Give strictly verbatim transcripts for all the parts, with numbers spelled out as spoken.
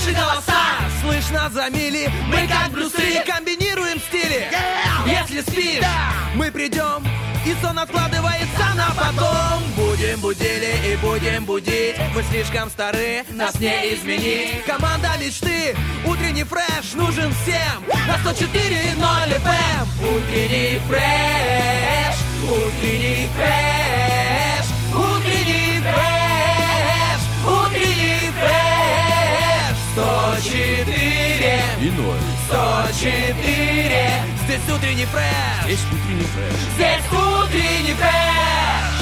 наши голоса слышно за мили. Мы как Брюс Ли комбинируем стили. Если спишь, мы придем, и сон откладывается на потом. Будем будили и будем будить. Мы слишком стары, нас не изменить. Команда мечты, утренний фреш нужен всем. На сто четыре ноль эф эм. Утренний фреш, утренний фреш, утренний фреш, утренний фреш. Сто четыре и ноль. Сто четыре. Здесь утренний фреш. Здесь утренний фреш. Здесь утренний фреш.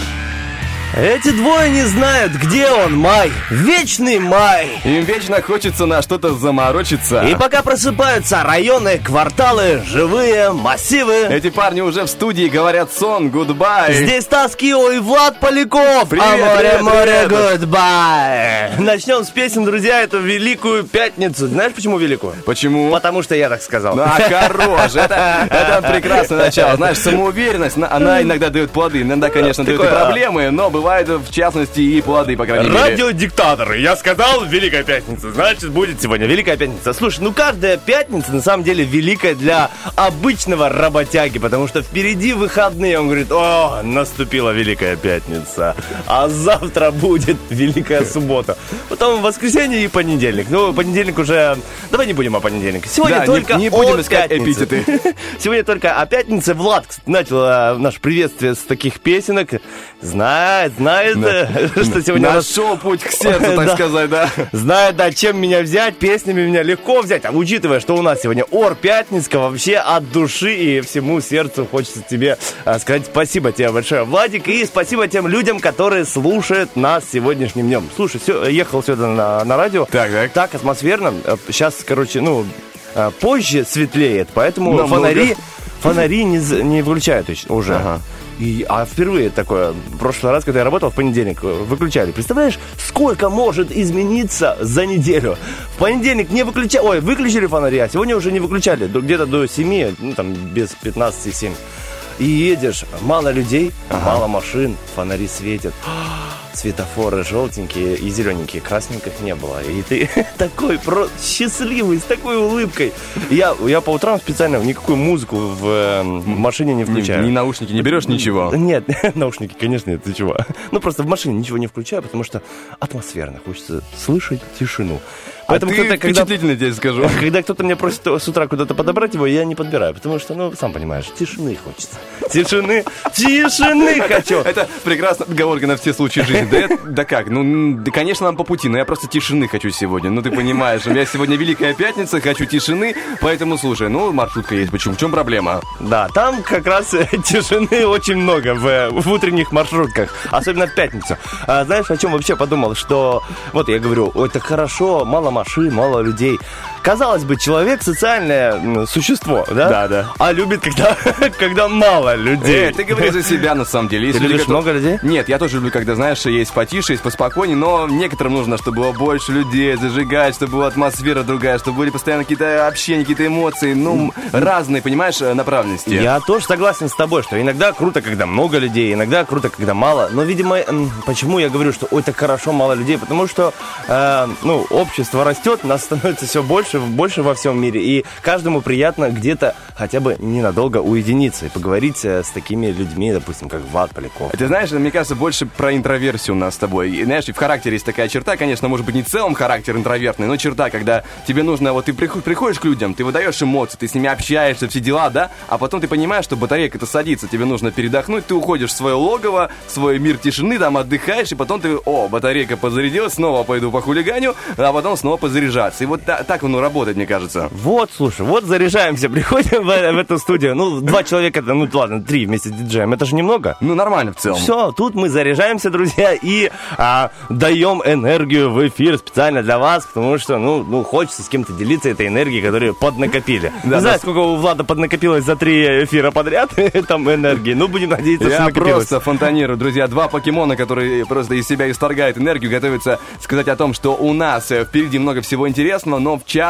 Эти двое не знают, где он, май. Вечный май. Им вечно хочется на что-то заморочиться. И пока просыпаются районы, кварталы, живые массивы. Эти парни уже в студии говорят сон, гудбай. Здесь Стас Кио и Влад Поляков. Привет, а море, привет, море, привет. гудбай. Начнем с песен, друзья, эту великую пятницу. Знаешь, почему великую? Почему? Потому что я так сказал. Ну, а хорош, это, это прекрасное начало. Знаешь, самоуверенность, она иногда дает плоды, иногда, конечно, дает и Такое, проблемы, но бывает, в частности, и плоды, по крайней мере. Радиодиктаторы. Я сказал, Великая Пятница. Значит, будет сегодня Великая Пятница. Слушай, ну каждая пятница на самом деле великая для обычного работяги, потому что впереди выходные. Он говорит: о, наступила Великая Пятница, а завтра будет Великая Суббота. Потом воскресенье и понедельник. Ну, понедельник уже... Давай не будем о понедельнике. Сегодня Да, только не, не будем о искать пятнице. эпитеты. Сегодня только о пятнице. Влад, кстати, начал а, наше приветствие с таких песенок. Знает, знает, Да. что сегодня... у нас- Нашел путь к сердцу, так Да. сказать, да. Знает, да, чем меня взять, песнями меня легко взять. А учитывая, что у нас сегодня Ор Пятницка, вообще от души и всему сердцу хочется тебе а, сказать спасибо тебе большое, Владик, и спасибо тем людям, которые слушают нас сегодняшним днем. Слушай, все, ехал сюда на, на радио. Так, так. Так атмосферно. Сейчас, короче, ну, а, позже светлеет, поэтому Намного. фонари, фонари не, з- не выключают еще- уже. Ага. И, а впервые такое, в прошлый раз, когда я работал в понедельник, выключали. Представляешь, сколько может измениться за неделю? В понедельник не выключали, ой, выключили фонари, а сегодня уже не выключали, до- где-то до семи, ну там без пятнадцати семь. И едешь, мало людей, Ага. мало машин, фонари светят. Светофоры желтенькие и зелененькие, красненьких не было. И ты такой просто счастливый, с такой улыбкой. Я, я по утрам специально никакую музыку в, э, в машине не Ни, включаю. ни наушники не берешь, ничего. Нет, наушники, конечно, нет, ты чего. Ну, просто в машине ничего не включаю, потому что атмосферно, хочется слышать тишину. Поэтому а ты кто-то, когда, впечатлительный, тебе скажу. когда кто-то меня просит с утра куда-то подобрать его, я не подбираю, потому что, ну, сам понимаешь, тишины хочется. Тишины, тишины хочу. Это прекрасная отговорка на все случаи жизни. Да, это- да как? Ну, м, да, конечно, нам по пути, но я просто тишины хочу сегодня. Ну, ты понимаешь, у меня сегодня Великая Пятница, хочу тишины, поэтому, слушай, ну, маршрутка есть. Почему? В чем проблема? Да, там как раз э, тишины очень много в, в утренних маршрутках, особенно в пятницу. А знаешь, о чем вообще подумал? Что, вот я говорю, ой, это хорошо, мало машин, мало людей. Казалось бы, человек социальное м, существо, да? Да, да. А любит, когда, когда мало людей. Э, ты говори за себя, на самом деле. Есть Ты люди, любишь которые- много людей? Нет, я тоже люблю, когда, знаешь, есть потише, есть поспокойнее, но некоторым нужно, чтобы было больше людей, зажигать, чтобы была атмосфера другая, чтобы были постоянно какие-то общения, какие-то эмоции, ну, разные, понимаешь, направленности. Я тоже согласен с тобой, что иногда круто, когда много людей, иногда круто, когда мало. Но, видимо, м, почему я говорю, что ой, так хорошо, мало людей? Потому что, э, ну, общество растет, нас становится все больше, больше во всем мире. И каждому приятно где-то хотя бы ненадолго уединиться и поговорить э, с такими людьми, допустим, как Влад Поляков. Ты знаешь, мне кажется, больше про интроверсию у нас с тобой. И, знаешь, и в характере есть такая черта, конечно, может быть, не в целом характер интровертный, но черта, когда тебе нужно, вот ты приход- приходишь к людям, ты выдаешь эмоции, ты с ними общаешься, все дела, да, а потом ты понимаешь, что батарейка-то садится, тебе нужно передохнуть, ты уходишь в свое логово, в свой мир тишины, там отдыхаешь, и потом ты, о, батарейка подзарядилась, снова пойду по хулиганю, а потом снова позаряжаться. И вот та- так оно работает, мне кажется. Вот, слушай, вот заряжаемся, приходим в, в эту студию. Ну, два человека, это, ну ладно, три вместе с диджеем, это же немного. Ну, нормально в целом. Все, тут мы заряжаемся, друзья, и а, даем энергию в эфир специально для вас, потому что, ну, ну хочется с кем-то делиться этой энергией, которую поднакопили. Да, Не знаю, да. сколько у Влада поднакопилось за три эфира подряд, там энергии, ну, будем надеяться, что Я накопилось. просто фонтанирую, друзья. Два покемона, которые просто из себя исторгают энергию, готовятся сказать о том, что у нас э, впереди много всего интересного, но в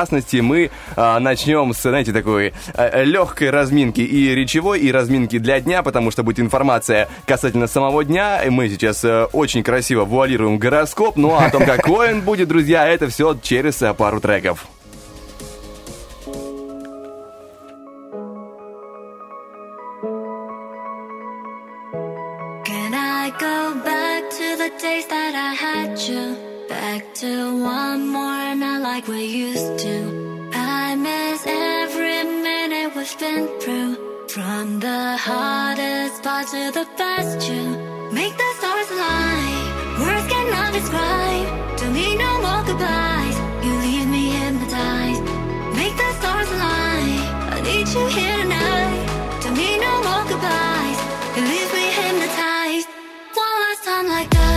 частности, мы а, начнем с, знаете, такой а, легкой разминки и речевой, и разминки для дня, потому что будет информация касательно самого дня. И мы сейчас а, очень красиво вуалируем гороскоп. Ну а о том, какой он будет, друзья, это все через а, пару треков. Days that I had you, back to one more night like we used to. I miss every minute we've been through, from the hardest part to the best you. Make the stars align, words cannot describe. Don't need no more goodbyes, you leave me hypnotized. Make the stars align, I need you here tonight. Don't need no more goodbyes, you leave me hypnotized. One last time like that.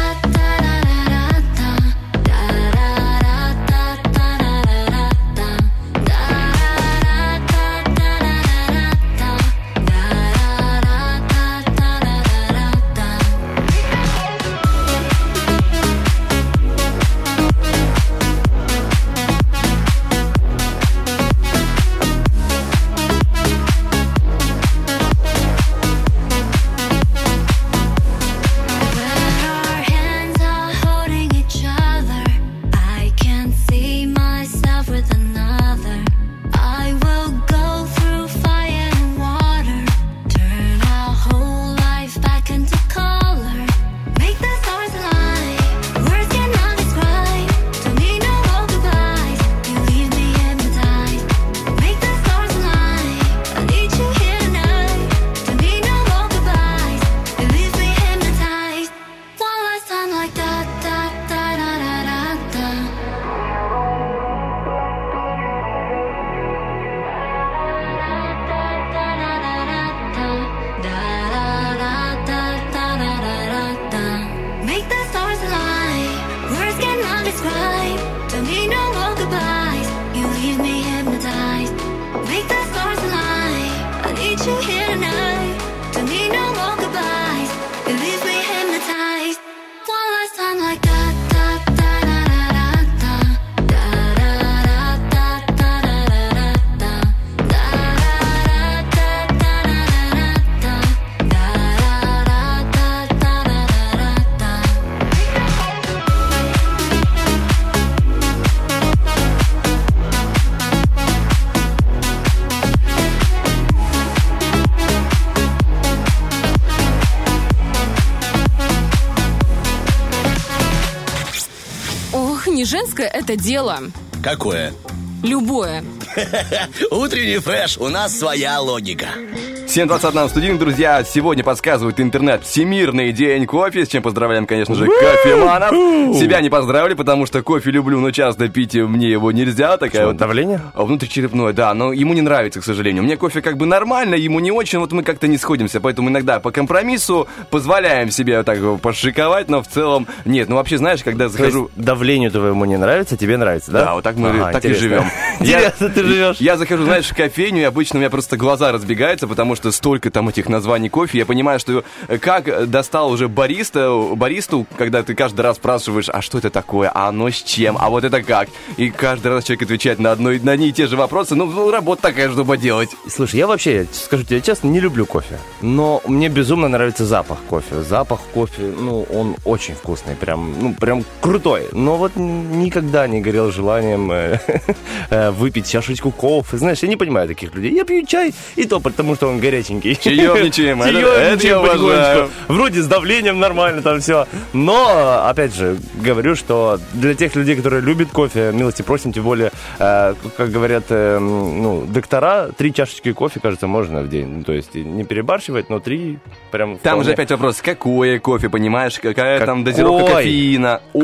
Женское это дело. Какое? Любое. Утренний фреш, у нас своя логика. семь двадцать одна в студии, друзья. Сегодня подсказывает интернет Всемирный день кофе. С чем поздравляем, конечно же, кофеманов. Себя не поздравили, потому что кофе люблю, но часто пить мне его нельзя. Такая Что, вот давление? Внутричерепное, да, но ему не нравится, к сожалению. Мне кофе как бы нормально, ему не очень, вот мы как-то не сходимся. Поэтому иногда по компромиссу позволяем себе так пошиковать, но в целом нет. Ну вообще, знаешь, когда захожу... Давлению твоему не нравится, тебе нравится, да? Да, вот так мы ага, так интересно. и живем. Интересно, ты живешь. Я захожу, знаешь, в кофейню, и обычно у меня просто глаза разбегаются, потому что столько там этих названий кофе. Я понимаю, что как достал уже бариста, баристу, когда ты каждый раз спрашиваешь, а что это такое, а оно с чем, а вот это как? И каждый раз человек отвечает на, одно, на одни и те же вопросы. Ну, ну, работа такая, чтобы делать. Слушай, я вообще, скажу тебе честно, не люблю кофе. Но мне безумно нравится запах кофе. Запах кофе, ну, он очень вкусный, прям, ну, прям крутой. Но вот никогда не горел желанием э, э, выпить чашечку кофе. Знаешь, я не понимаю таких людей. Я пью чай, и то потому, что он горяченький. Чаемничаем, это, это я уважаю. Вроде с давлением нормально там все. Но, опять же, говорю, что для тех людей, которые любят кофе, милости просим, тем более, э, как говорят, э, ну, доктора, три чашечки кофе, кажется, можно в день. То есть не перебарщивать, но три прям... Там вполне. же опять вопрос, какое кофе, понимаешь, какая Какой? там дозировка кофеина. О,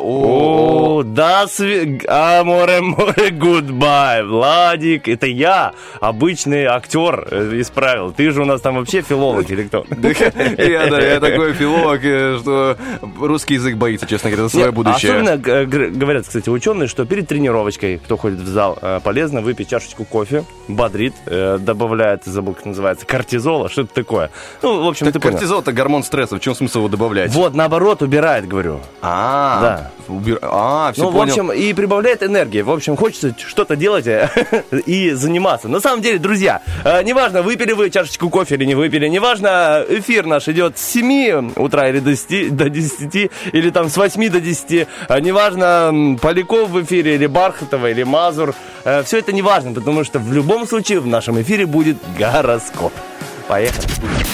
о, О, да, сви... а, море, море, goodbye, Владик, это я, обычный актер, исправь Павел, ты же у нас там вообще филолог или кто? Я, да, я такой филолог, что русский язык боится, честно говоря, за свое будущее. Особенно говорят, кстати, ученые, что перед тренировочкой, кто ходит в зал, полезно выпить чашечку кофе, бодрит, добавляет, забыл, как называется, кортизола, что-то такое. Ну, в общем, так ты понял. Кортизол — это гормон стресса, в чем смысл его добавлять? Вот, наоборот, убирает, говорю. А, да. Убир... А, все ну, понял. в общем, и прибавляет энергии. В общем, хочется что-то делать и заниматься. На самом деле, друзья, неважно, выпили вы чашечку кофе или не выпили, неважно, эфир наш идет с семи утра или до десяти, до десяти, или там с восьми до десяти, неважно, Поляков в эфире, или Бархатова, или Мазур, все это неважно, потому что в любом случае в нашем эфире будет гороскоп. Поехали.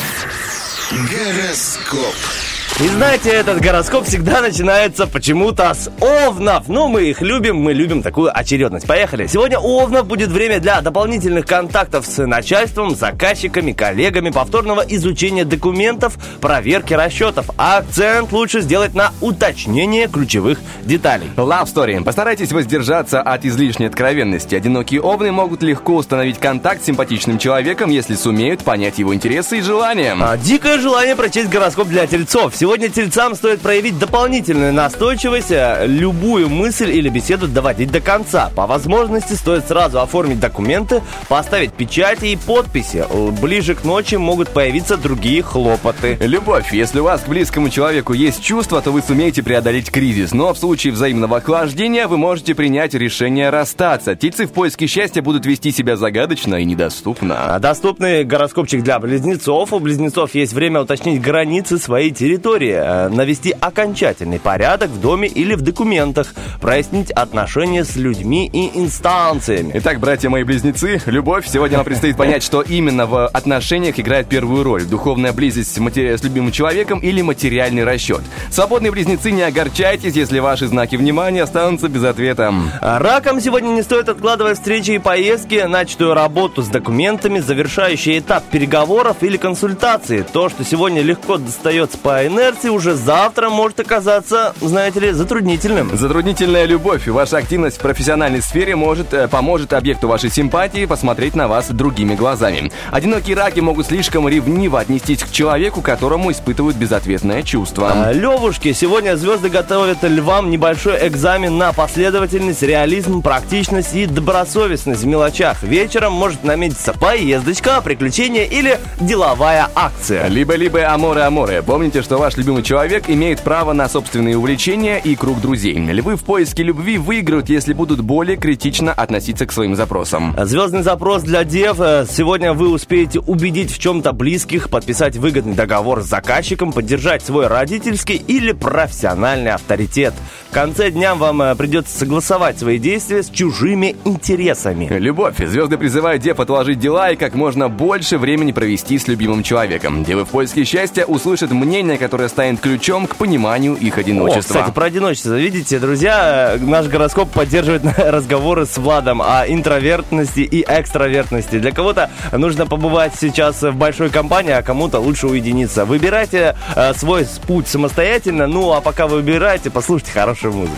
Гороскоп. И знаете, этот гороскоп всегда начинается почему-то с овнов. Ну, мы их любим, мы любим такую очередность. Поехали. Сегодня у овнов будет время для дополнительных контактов с начальством, заказчиками, коллегами, повторного изучения документов, проверки расчетов. А акцент лучше сделать на уточнение ключевых деталей. Love Story. Постарайтесь воздержаться от излишней откровенности. Одинокие овны могут легко установить контакт с симпатичным человеком, если сумеют понять его интересы и желания. А, дикое желание прочесть гороскоп для тельцов. Сегодня тельцам стоит проявить дополнительную настойчивость, любую мысль или беседу доводить до конца. По возможности стоит сразу оформить документы, поставить печати и подписи. Ближе к ночи могут появиться другие хлопоты. Любовь. Если у вас к близкому человеку есть чувства, то вы сумеете преодолеть кризис. Но в случае взаимного охлаждения вы можете принять решение расстаться. Тельцы в поиске счастья будут вести себя загадочно и недоступно. А доступный гороскопчик для близнецов. У близнецов есть время уточнить границы своей территории, навести окончательный порядок в доме или в документах, прояснить отношения с людьми и инстанциями. Итак, братья мои близнецы, любовь. Сегодня нам предстоит понять, что именно в отношениях играет первую роль: духовная близость с, матери... с любимым человеком или материальный расчет. Свободные близнецы, не огорчайтесь, если ваши знаки внимания останутся без ответа. Ракам сегодня не стоит откладывать встречи и поездки, начатую работу с документами, завершающий этап переговоров или консультации. То, что сегодня легко достается по энергии, уже завтра может оказаться, знаете ли, затруднительным. Затруднительная любовь. Ваша активность в профессиональной сфере может э, поможет объекту вашей симпатии посмотреть на вас другими глазами. Одинокие раки могут слишком ревниво отнестись к человеку, которому испытывают безответное чувство. А, левушки, сегодня звезды готовят львам небольшой экзамен на последовательность, реализм, практичность и добросовестность в мелочах. Вечером может наметиться поездочка, приключение или деловая акция. Либо-либо аморе-аморе. Помните, что ваш любимый человек имеет право на собственные увлечения и круг друзей. Львы в поиске любви выиграют, если будут более критично относиться к своим запросам. Звездный запрос для дев. Сегодня вы успеете убедить в чем-то близких, подписать выгодный договор с заказчиком, поддержать свой родительский или профессиональный авторитет. В конце дня вам придется согласовать свои действия с чужими интересами. Любовь. Звезды призывают дев отложить дела и как можно больше времени провести с любимым человеком. Девы в поиске счастья услышат мнение, которое станет ключом к пониманию их одиночества. О, кстати, про одиночество. Видите, друзья, наш гороскоп поддерживает разговоры с Владом о интровертности и экстравертности. Для кого-то нужно побывать сейчас в большой компании, а кому-то лучше уединиться. Выбирайте э, свой путь самостоятельно. Ну, а пока вы выбираете, послушайте хорошую музыку.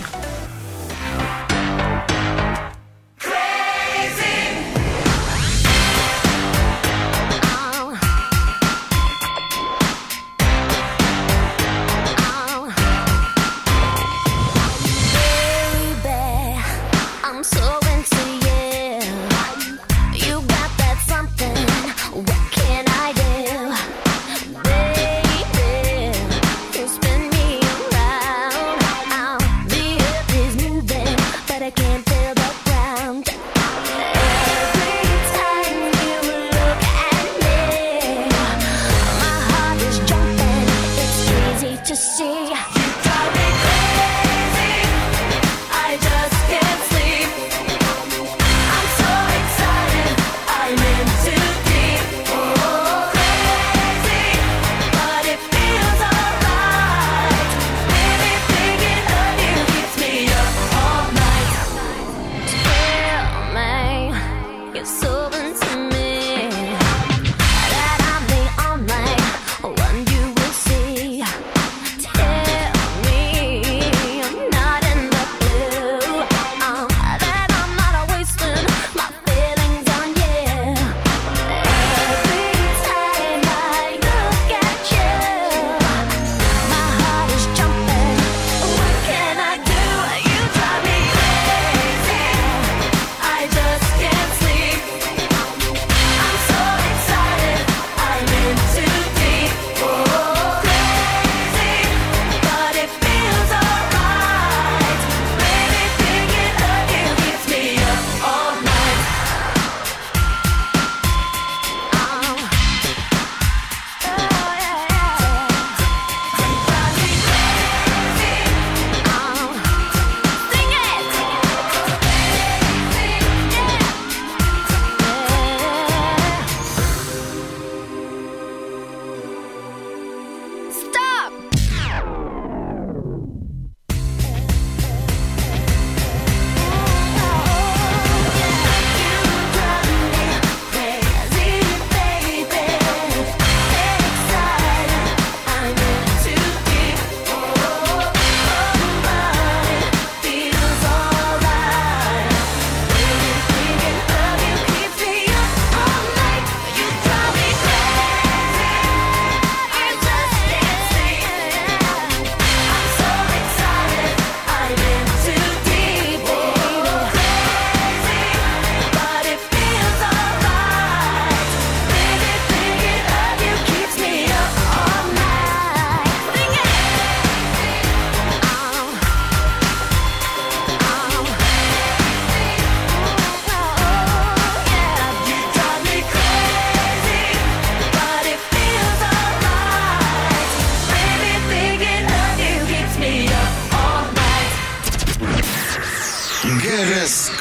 Tell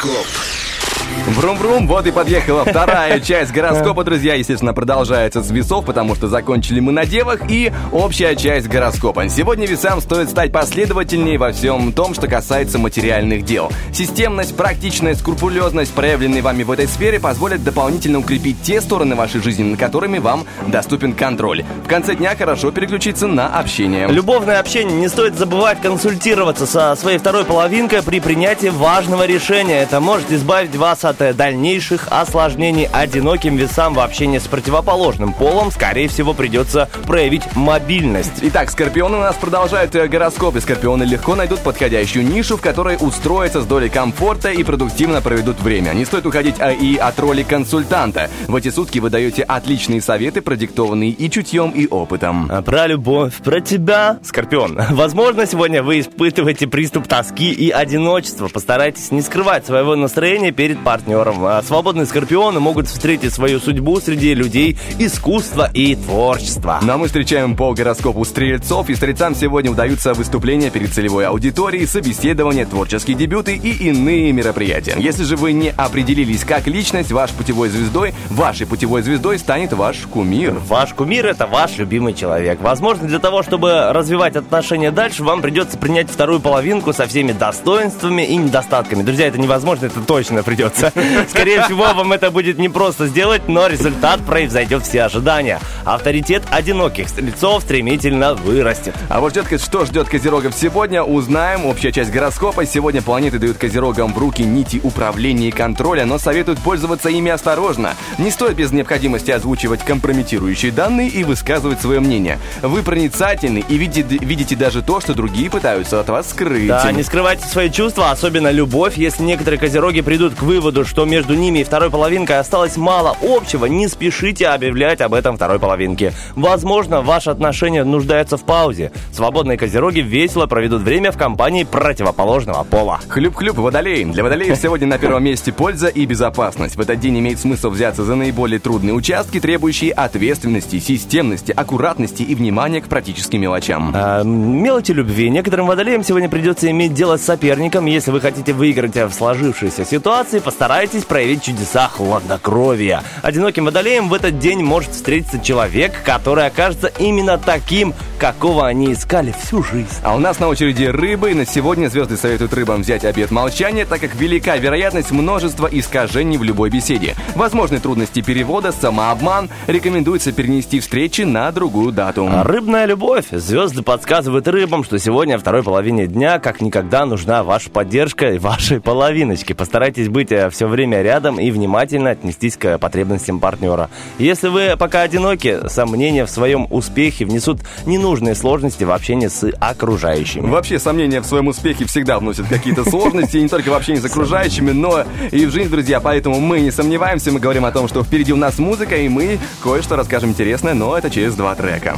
Гороскоп. Врум-врум, вот и подъехала вторая часть гороскопа, друзья. Естественно, продолжается с весов, потому что закончили мы на девах, и общая часть гороскопа. Сегодня весам стоит стать последовательнее во всем том, что касается материальных дел. Системность, практичность, скрупулезность, проявленные вами в этой сфере, позволят дополнительно укрепить те стороны вашей жизни, над которыми вам доступен контроль. В конце дня хорошо переключиться на общение. Любовное общение. Не стоит забывать консультироваться со своей второй половинкой при принятии важного решения. Это может избавить вас от дальнейших осложнений. Одиноким весам в общении с противоположным полом, скорее всего, придется проявить мобильность. Итак, скорпионы у нас продолжают гороскоп, и скорпионы легко найдут подходящую нишу, в которой устроятся с долей комфорта и продуктивно проведут время. Не стоит уходить а, и от роли консультанта. В эти сутки вы даете отличные советы, продиктованные и чутьем, и опытом. А про любовь, про тебя, скорпион. Возможно, сегодня вы испытываете приступ тоски и одиночества. Постарайтесь не скрывать своего настроения перед партнером. А свободные скорпионы могут встретить свою судьбу среди людей искусства и творчества. Но мы встречаем по гороскопу стрельцов, и стрельцам сегодня удаются выступления перед целевой аудиторией, собеседования, творческие дебюты и иные мероприятия. Если же вы не определились как личность, ваш путевой звездой, вашей путевой звездой станет ваш кумир. Ваш кумир — это ваш любимый человек. Возможно, для того, чтобы развивать отношения дальше, вам придется принять вторую половинку со всеми достоинствами и недостатками. Друзья, это невозможно, это точно придется. Скорее всего, вам это будет непросто сделать, но результат превзойдет все ожидания. Авторитет одиноких стрельцов стремительно вырастет. А вот ждет, что ждет козерогов сегодня, узнаем. Общая часть гороскопа. Сегодня планеты дают козерогам в руки нити управления и контроля, но советуют пользоваться ими осторожно. Не стоит без необходимости озвучивать компрометирующие данные и высказывать свое мнение. Вы проницательны и видите, видите даже то, что другие пытаются от вас скрыть. Да, не скрывайте свои чувства, особенно любовь. Если некоторые козероги придут к выводу, что между ними и второй половинкой осталось мало общего, не спешите объявлять об этом второй половинке. Возможно, ваши отношения нуждаются в паузе. Свободные козероги весело проведут время в компании противоположного пола. Хлюп-хлюп, водолей. Для водолеев сегодня на первом месте польза и безопасность. В этот день имеет смысл взяться за наиболее трудные участки, требующие ответственности, системности, аккуратности и внимания к практическим мелочам. А, мелочи любви. Некоторым водолеям сегодня придется иметь дело с соперником. Если вы хотите выиграть в сложившейся ситуации, постарайтесь проявить чудеса хладнокровия. Одиноким водолеем в этот день может встретиться человек, который окажется именно таким, какого они искали всю жизнь. А у нас на очереди рыбы. На сегодня звезды советуют рыбам взять обет молчания, так как велика вероятность множества искажений в любой беседе. Возможны трудности перевода, самообман. Рекомендуется перенести встречи на другую дату. А рыбная любовь. Звезды подсказывают рыбам, что сегодня, во второй половине дня, как никогда нужна ваша поддержка и вашей половиночки. Постарайтесь быть все время рядом и внимательно отнестись к потребностям партнера. Если вы пока одиноки, сомнения в своем успехе внесут ненужные сложности в общении с окружающими. Вообще, сомнения в своем успехе всегда вносят какие-то сложности, не только в общении с окружающими, но и в жизнь, друзья. Поэтому мы не сомневаемся, мы говорим о том, что впереди у нас музыка, и мы кое-что расскажем интересное, но это через два трека.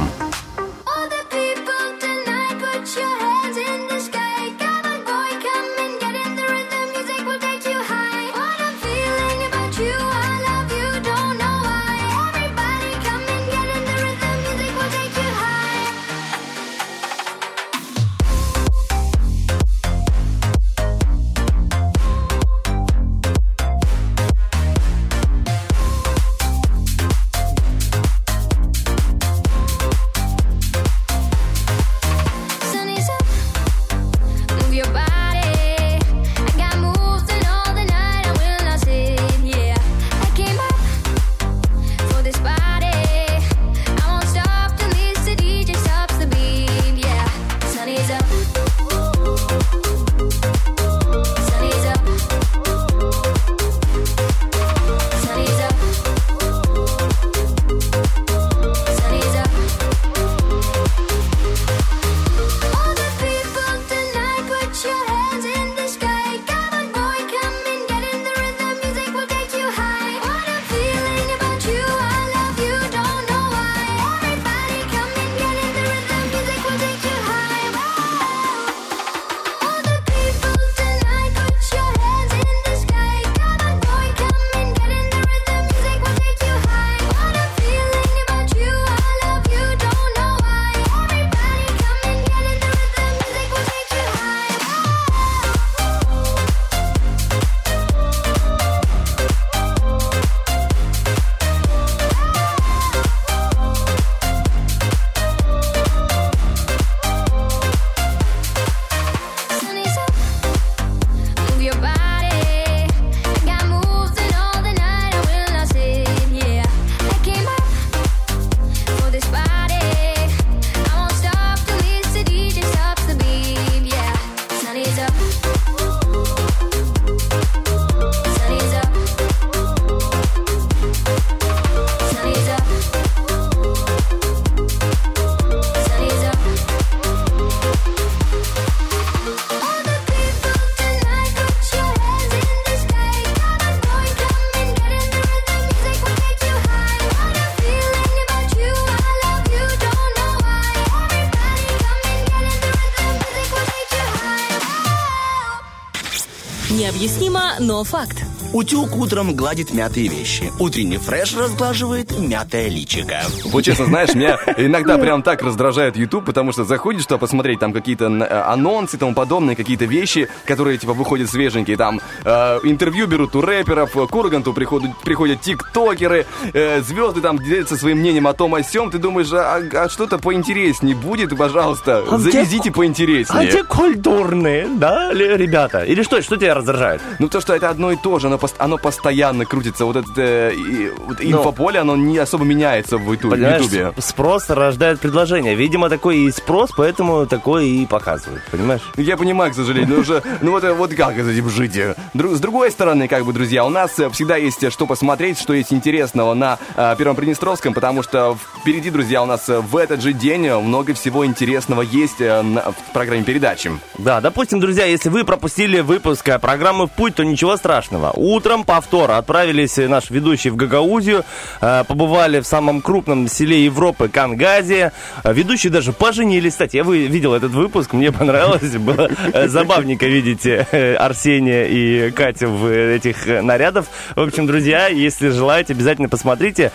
Необъяснимо, но факт. Утюг утром гладит мятые вещи. Утренний фреш разглаживает мятое личико. Вот честно, знаешь, меня иногда прям так раздражает YouTube, потому что заходишь туда посмотреть, там какие-то анонсы и тому подобное, какие-то вещи, которые, типа, выходят свеженькие, там э, интервью берут у рэперов, к Урганту приходят, приходят тиктокеры, э, звезды там делятся своим мнением о том, о сём. Ты думаешь, а, а что-то поинтереснее будет, пожалуйста, а завезите где, поинтереснее. А где культурные, да, ребята? Или что, что тебя раздражает? Ну, то, что это одно и то же, оно, оно постоянно крутится, вот это э, и, вот инфополе, оно не особо меняется в Ютубе. Спрос рождает предложение. Видимо, такой и есть спрос, поэтому такое и показывают, понимаешь? Я понимаю, к сожалению, но уже, ну вот, вот как с этим жить? С другой стороны, как бы, друзья, у нас всегда есть что посмотреть, что есть интересного на э, Первом Приднестровском, потому что впереди, друзья, у нас в этот же день много всего интересного есть э, на, в программе передачи. Да, допустим, друзья, если вы пропустили выпуск программы «В путь», то ничего страшного. Утром повтор отправились наши ведущие в Гагаузию, э, побывали в самом крупном селе Европы Кангазе. Ведущие даже поженились. Кстати, я вы, видел этот выпуск, мне понравилось. Было забавненько видеть Арсения и Катю в этих нарядах. В общем, друзья, если желаете, обязательно посмотрите.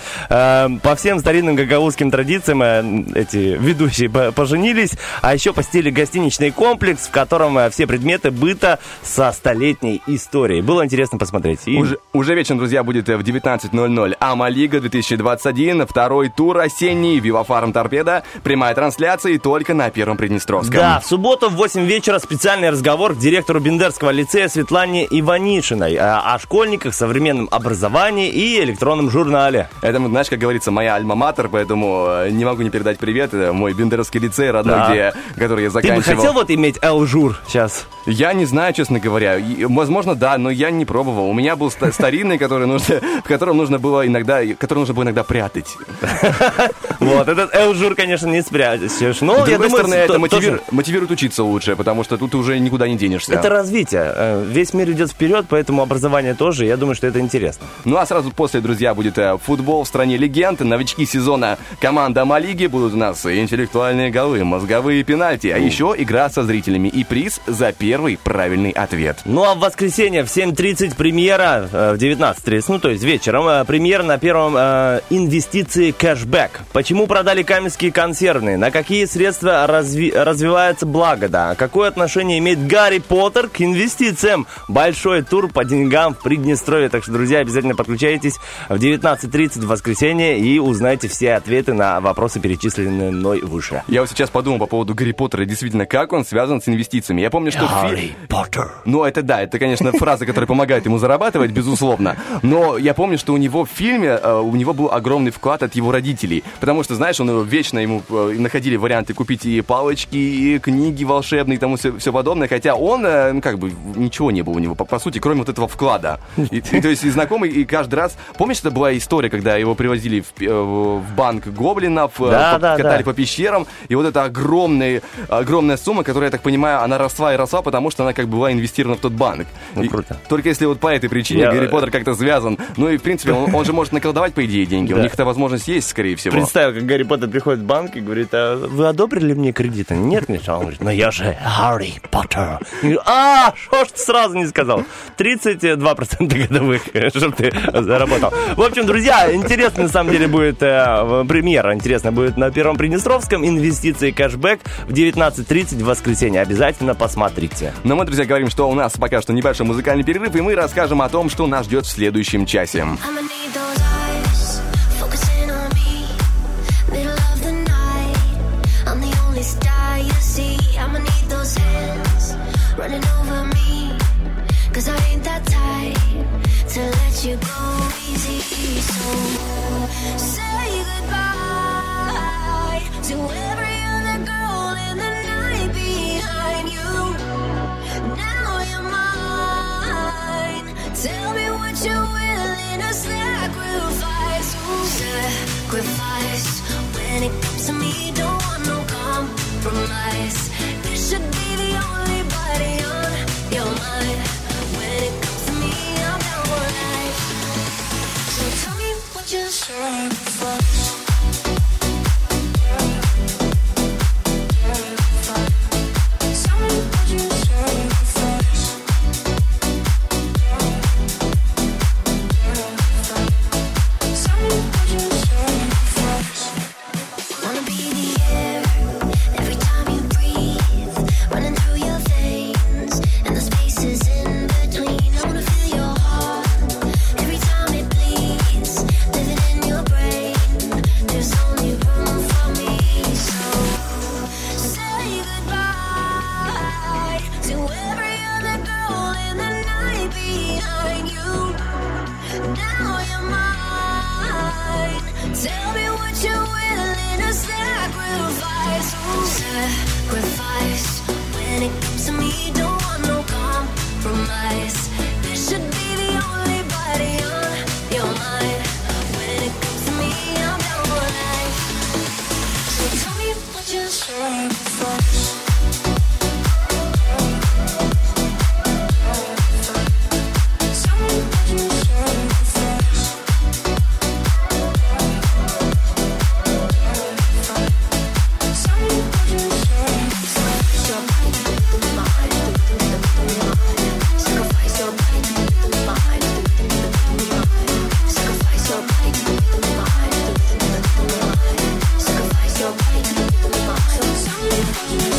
По всем старинным гагаузским традициям эти ведущие поженились, а еще посетили гостиничный комплекс, в котором все предметы быта со столетней историей. Было интересно посмотреть. И... Уже, уже вечером, друзья, будет в девятнадцать ноль ноль Ама-лига две тысячи двадцать один, второй тур осенний, Вивафарм Торпеда, прямая трансляция и только на Первом Приднестровском. Да, в субботу в восемь вечера специальный разговор к директору Бендерского лицея Светлане Иванишиной о, о школьниках, современном образовании и электронном журнале. Это, знаешь, как говорится, моя альма-матер, поэтому не могу не передать привет. Это мой Бендерский лицей родной, да. где, который я заканчивал. Ты бы хотел вот иметь Эл-жур сейчас? Я не знаю, честно говоря. Возможно, да, но я не пробовал. У меня был старинный, который нужно, в котором нужно было иногда, который нужно было иногда прятать. Вот, этот Эл-жур, конечно, не спрячешь. Но, с я другой думаю, стороны, это то, мотивирует, тоже... мотивирует учиться лучше, потому что тут ты уже никуда не денешься. Это развитие. Весь мир идет вперед, поэтому образование тоже. Я думаю, что это интересно. Ну, а сразу после, друзья, будет футбол в стране легенд. Новички сезона команда Ама-лиги. Будут у нас интеллектуальные голы, мозговые пенальти, а еще игра со зрителями и приз за первый правильный ответ. Ну, а в воскресенье в семь тридцать премьера, в девятнадцать тридцать, ну, то есть вечером, премьера на Первом э, инвестиции кэшбэк. Почему продали каменские консервные? На какие средства разви- развивается Благода? Какое отношение имеет Гарри Поттер к инвестициям? Большой тур по деньгам в Приднестровье. Так что, друзья, обязательно подключайтесь в девятнадцать тридцать в воскресенье и узнайте все ответы на вопросы, перечисленные мной выше. Я вот сейчас подумал по поводу Гарри Поттера. Действительно, как он связан с инвестициями. Я помню, что... Гарри фи... Поттер. Ну, это да, это, конечно, фраза, которая помогает ему зарабатывать, безусловно. Но я помню, что у него в фильме, у него был огромный вклад от его родителей. Потому что, знаешь, он вечно ему находили варианты купить и палочки, и книги волшебные, и тому все, все подобное. Хотя он, ну, как бы, ничего не было у него, по, по сути, кроме вот этого вклада. И, и, то есть, и знакомый, и каждый раз... Помнишь, это была история, когда его привозили в, в банк гоблинов, да, по, да, катали да. по пещерам, и вот эта огромная, огромная сумма, которая, я так понимаю, она росла и росла, потому что она как бы была инвестирована в тот банк. Ну, и, круто. Только если вот по этой причине Я... Гарри Поттер как-то связан. Ну и, в принципе, он, он же может наколдовать, по идее, деньги. Да. У них эта возможность есть, скорее всего. Представь, как Гарри Поттер приходит в банк и говорит: а вы одобрили мне кредиты? Нет, Миша. Он говорит: ну я же Гарри Поттер. А, что ж ты сразу не сказал? тридцать два процента годовых, чтобы ты заработал. В общем, друзья, интересно на самом деле будет э, премьера. Интересно будет на Первом Приднестровском. Инвестиции кэшбэк в девятнадцать тридцать в воскресенье. Обязательно посмотрите. Но мы, друзья, говорим, что у нас пока что небольшой музыкальный перерыв, и мы расскажем о том, что нас ждет в следующем часе. Tell me what you're willing to sacrifice. Sacrifice. When it comes to me, don't want no compromise. You should be the only body on your mind. When it comes to me, I'm down for life. So tell me what you sacrifice. Tell me what you sacrifice.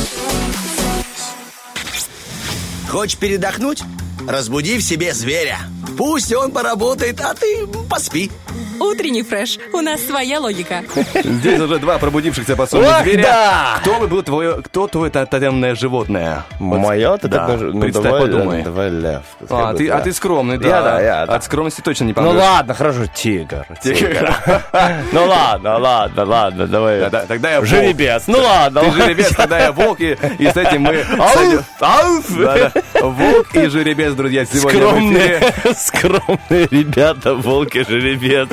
Хочешь передохнуть? Разбуди в себе зверя. Пусть он поработает, а ты поспи. Утренний фреш. У нас своя логика. Здесь уже два пробудившихся по сонну Ох, зверя. да! Кто бы был твое, кто твое тотемное животное? Мое? Ты да, так даже- ну, представь, давай, подумай. Давай лев. А, ты, а ты скромный, да. Я, да, я, да. От скромности точно не Ну помрешь. ладно, хорошо, тигр. Тигр. Ну ладно, ладно, ладно, давай. Да, да, тогда я волк. Жеребец. Ну ладно. Ты ладно. жеребец, тогда я волк, и, и с этим мы... сойдем. Ауф, ауф. Да, да. Волк и жеребец, друзья, сегодня в Скромные, эфире. скромные ребята, волк и жеребец.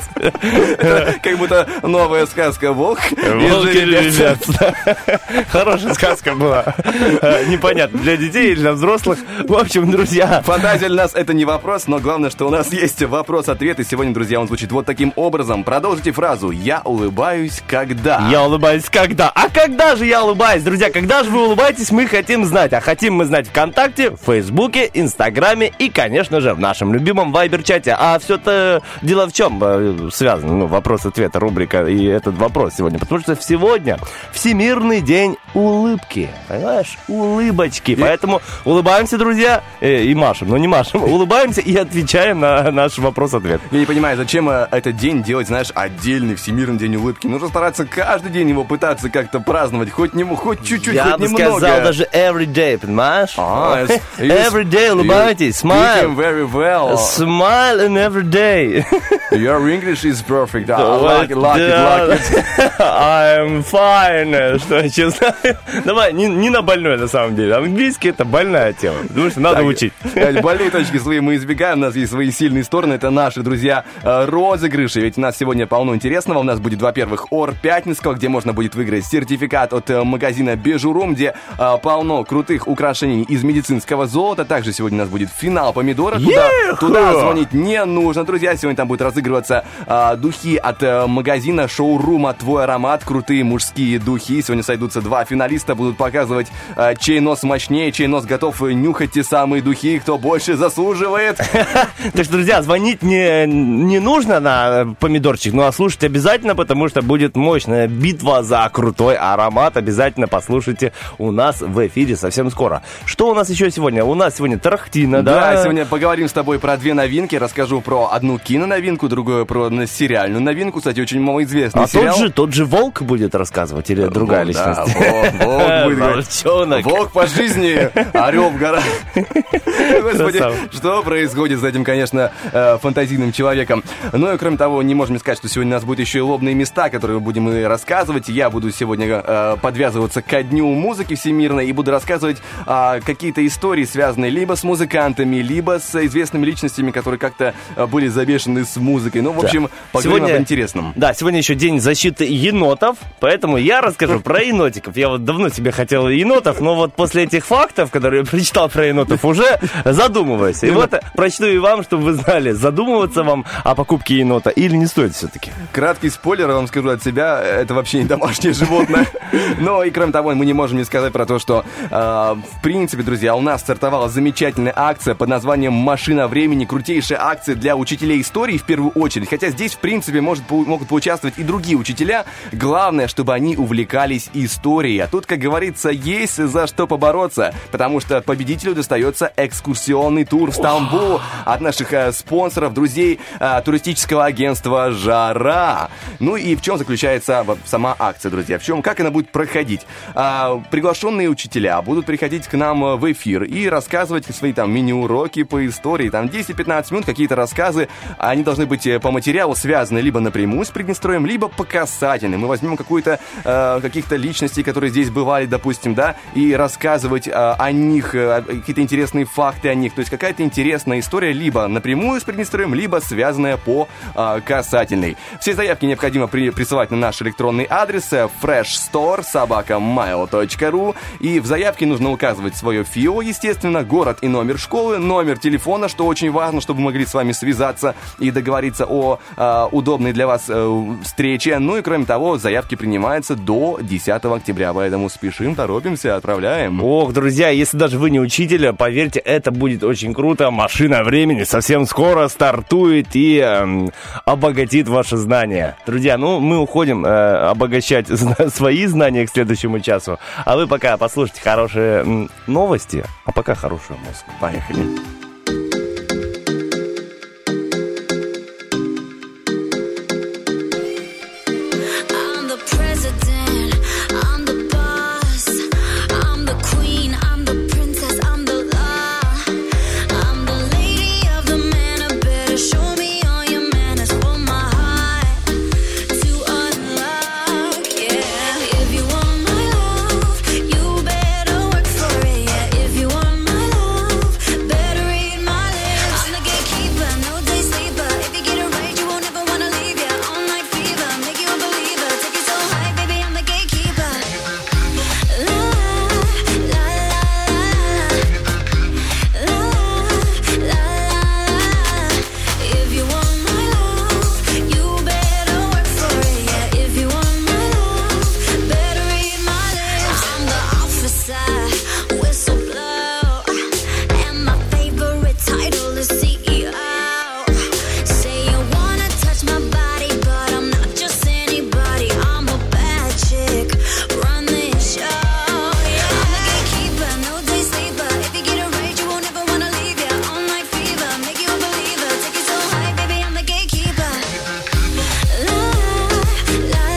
Как будто новая сказка «Волк и Волк и жеребец». жеребец. Хорошая сказка была. Э, Непонятно, для детей или для взрослых. В общем, друзья, Фантазия для нас это не вопрос, но главное, что у нас есть вопрос-ответ. И сегодня, друзья, он звучит вот таким образом. Продолжите фразу «Я улыбаюсь, когда». я улыбаюсь когда? А когда же я улыбаюсь, друзья? Когда же вы улыбаетесь, мы хотим знать. А хотим мы знать ВКонтакте, в Фейсбуке, Инстаграме и, конечно же, в нашем любимом Вайбер-чате. А все-то дело в чем э, связано? Ну, вопрос-ответ, рубрика и этот вопрос сегодня. Потому что сегодня Всемирный день улыбки. Понимаешь? Улыбочки. Поэтому улыбаемся, друзья, э, и машем. Ну, не машем. Улыбаемся и отвечаем на наш вопрос-ответ. Я не понимаю, зачем э, этот день делать, знаешь, отдельный Всемирный день улыбки. Нужно стараться каждый день его пытаться как-то праздновать, хоть, не, хоть чуть-чуть, Я хоть бы немного. сказал даже every day, понимаешь? А, yes. Every day улыбайтесь, You- you smile. very well. Smile and every day. Your English is perfect. I like it, like it, like it. I'm fine. Что я честно. Давай, не, не на больной на самом деле. Английский это больная тема. Потому что надо Так, учить. э, Больные точки свои мы избегаем, у нас есть свои сильные стороны, это наши, друзья, э, розыгрыши. Ведь у нас сегодня полно интересного. У нас будет, во-первых, Ор Пятницкого, где можно будет выиграть сертификат от э, магазина Бежурум, где э, полно крутых украшений из медицинского золота. Также сегодня у нас будет финал помидора. Туда, Еху! туда звонить не нужно, друзья. Сегодня там будет разыгрываться э, духи от э, магазина шоурума «Твой аромат». Крутые мужские духи. Сегодня сойдутся два финалиста, будут показывать, э, чей нос мощнее, чей нос готов нюхать те самые духи, кто больше заслуживает. Так что, друзья, звонить не, не нужно на помидорчик, ну а слушать обязательно, потому что будет мощная битва за крутой аромат. Обязательно послушайте у нас в эфире совсем скоро. Что у нас еще сегодня? У нас сегодня Тарахтина, да? Да, сегодня поговорим с тобой про две новинки. Расскажу про одну киноновинку, другую про сериальную новинку. Кстати, очень малоизвестный А сериал. тот же, тот же Волк будет рассказывать или другая Волк, да, личность? Волк, Волк будет говорить. Волчонок. Волк по жизни, орел в горах. Господи, Красава. что происходит с этим, конечно, э, фантазийным человеком. Ну и кроме того, не можем сказать, что сегодня у нас будут еще и лобные места, которые мы будем и рассказывать. Я буду сегодня э, подвязываться ко дню музыки всемирной и буду рассказывать э, какие-то истории, связанные либо с музыкантами, либо с известными личностями, которые как-то э, были завешены с музыкой. Ну, в общем, поговорим об интересном. Да, сегодня еще день защиты енотов, поэтому я расскажу про енотиков. Я вот давно себе хотел енотов, но вот после этих фактов, которые я прочитал про енотов, уже задумываюсь. И вот прочту и вам, чтобы вы знали, задумываться вам о покупке енота или не стоит все-таки. Краткий спойлер, я вам скажу от себя, это вообще не домашнее животное. Но и кроме того, мы не можем не сказать про то, что э, в принципе, друзья, у нас стартовала замечательная акция под названием «Машина времени». Крутейшая акция для учителей истории в первую очередь. Хотя здесь, в принципе, может, по- могут поучаствовать и другие учителя. Главное, чтобы они увлекались историей. А тут, как говорится, есть за что побороться. Потому что победителю достается экскурсионный тур в Стамбул от наших э, спонсоров, друзей э, туристического агентства «Жара». Ну и в чем заключается вот сама акция, друзья? В чем, как она будет проходить? А, приглашенные учителя будут приходить к нам в эфир и рассказывать свои там мини-уроки по истории. Там десять-пятнадцать минут, какие-то рассказы. Они должны быть по материалу связаны либо напрямую с Приднестровьем, либо по касательной. Мы возьмем какую-то, э, каких-то личностей, которые здесь бывали, допустим, да, и рассказывать э, о них, э, какие-то интересные факты о них. То есть какая-то интересная история либо напрямую с Приднестровьем, либо связанная по э, касательной. Все заявки необходимо при, присылать на наш электронный адрес freshstore собака mail точка ру. И в заявке нужно указывать свое ФИО, естественно, город и номер школы, номер телефона, что очень важно, чтобы мы могли с вами связаться и договориться о э, удобной для вас э, встречи. Ну и кроме того, заявки принимаются до десятого октября, поэтому спешим, торопимся, отправляем. Ох, друзья, если даже вы не учитель, поверьте, это будет очень круто. Машина времени совсем скоро стартует и э, обогатит ваши знания. Друзья, ну мы уходим э, обогащать зна- свои знания к следующему часу. А вы пока послушайте хорошие м, новости, а пока хорошую музыку. Поехали. I'm the president, I'm the boss, I'm the queen, I'm the princess, I'm the law. I'm the lady of the manor, better show me all your manners for my heart to unlock, yeah. If you want my love, you better work for it, yeah. If you want my love, better read my lips. I'm the gatekeeper, no day sleeper. If you get it right, you won't ever wanna leave, yeah. All night fever, make you a believer. Take it so high, baby, I'm the gatekeeper. La, la, la, la, la, la, la. If you want my love, you better work for it, yeah. If you want my love, better read my lips. I'm the officer, whistle blow, and my favorite title is C E O. Say you wanna touch my body, but I'm not just anybody. I'm a bad chick, run this show, yeah. I'm the gatekeeper, no day sleeper. If you get it right, you won't ever wanna leave, yeah. All night fever, make you a believer. Take it so high, baby, I'm the gatekeeper. La, la, la,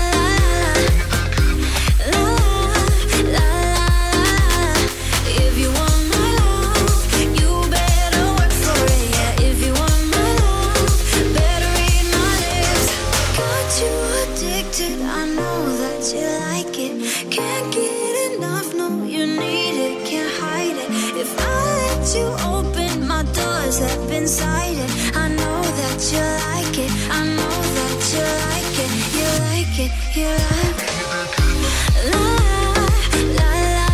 la, la, la, la. If you want my love, you better work for it, yeah. If you want my love, better read my lips. Got you addicted, I know that you like it. Can't get enough, no, you need it, can't hide it. If I let you open my doors, step inside it. I know that you like it, I know that you like it. You like it, you like it. La, la, la,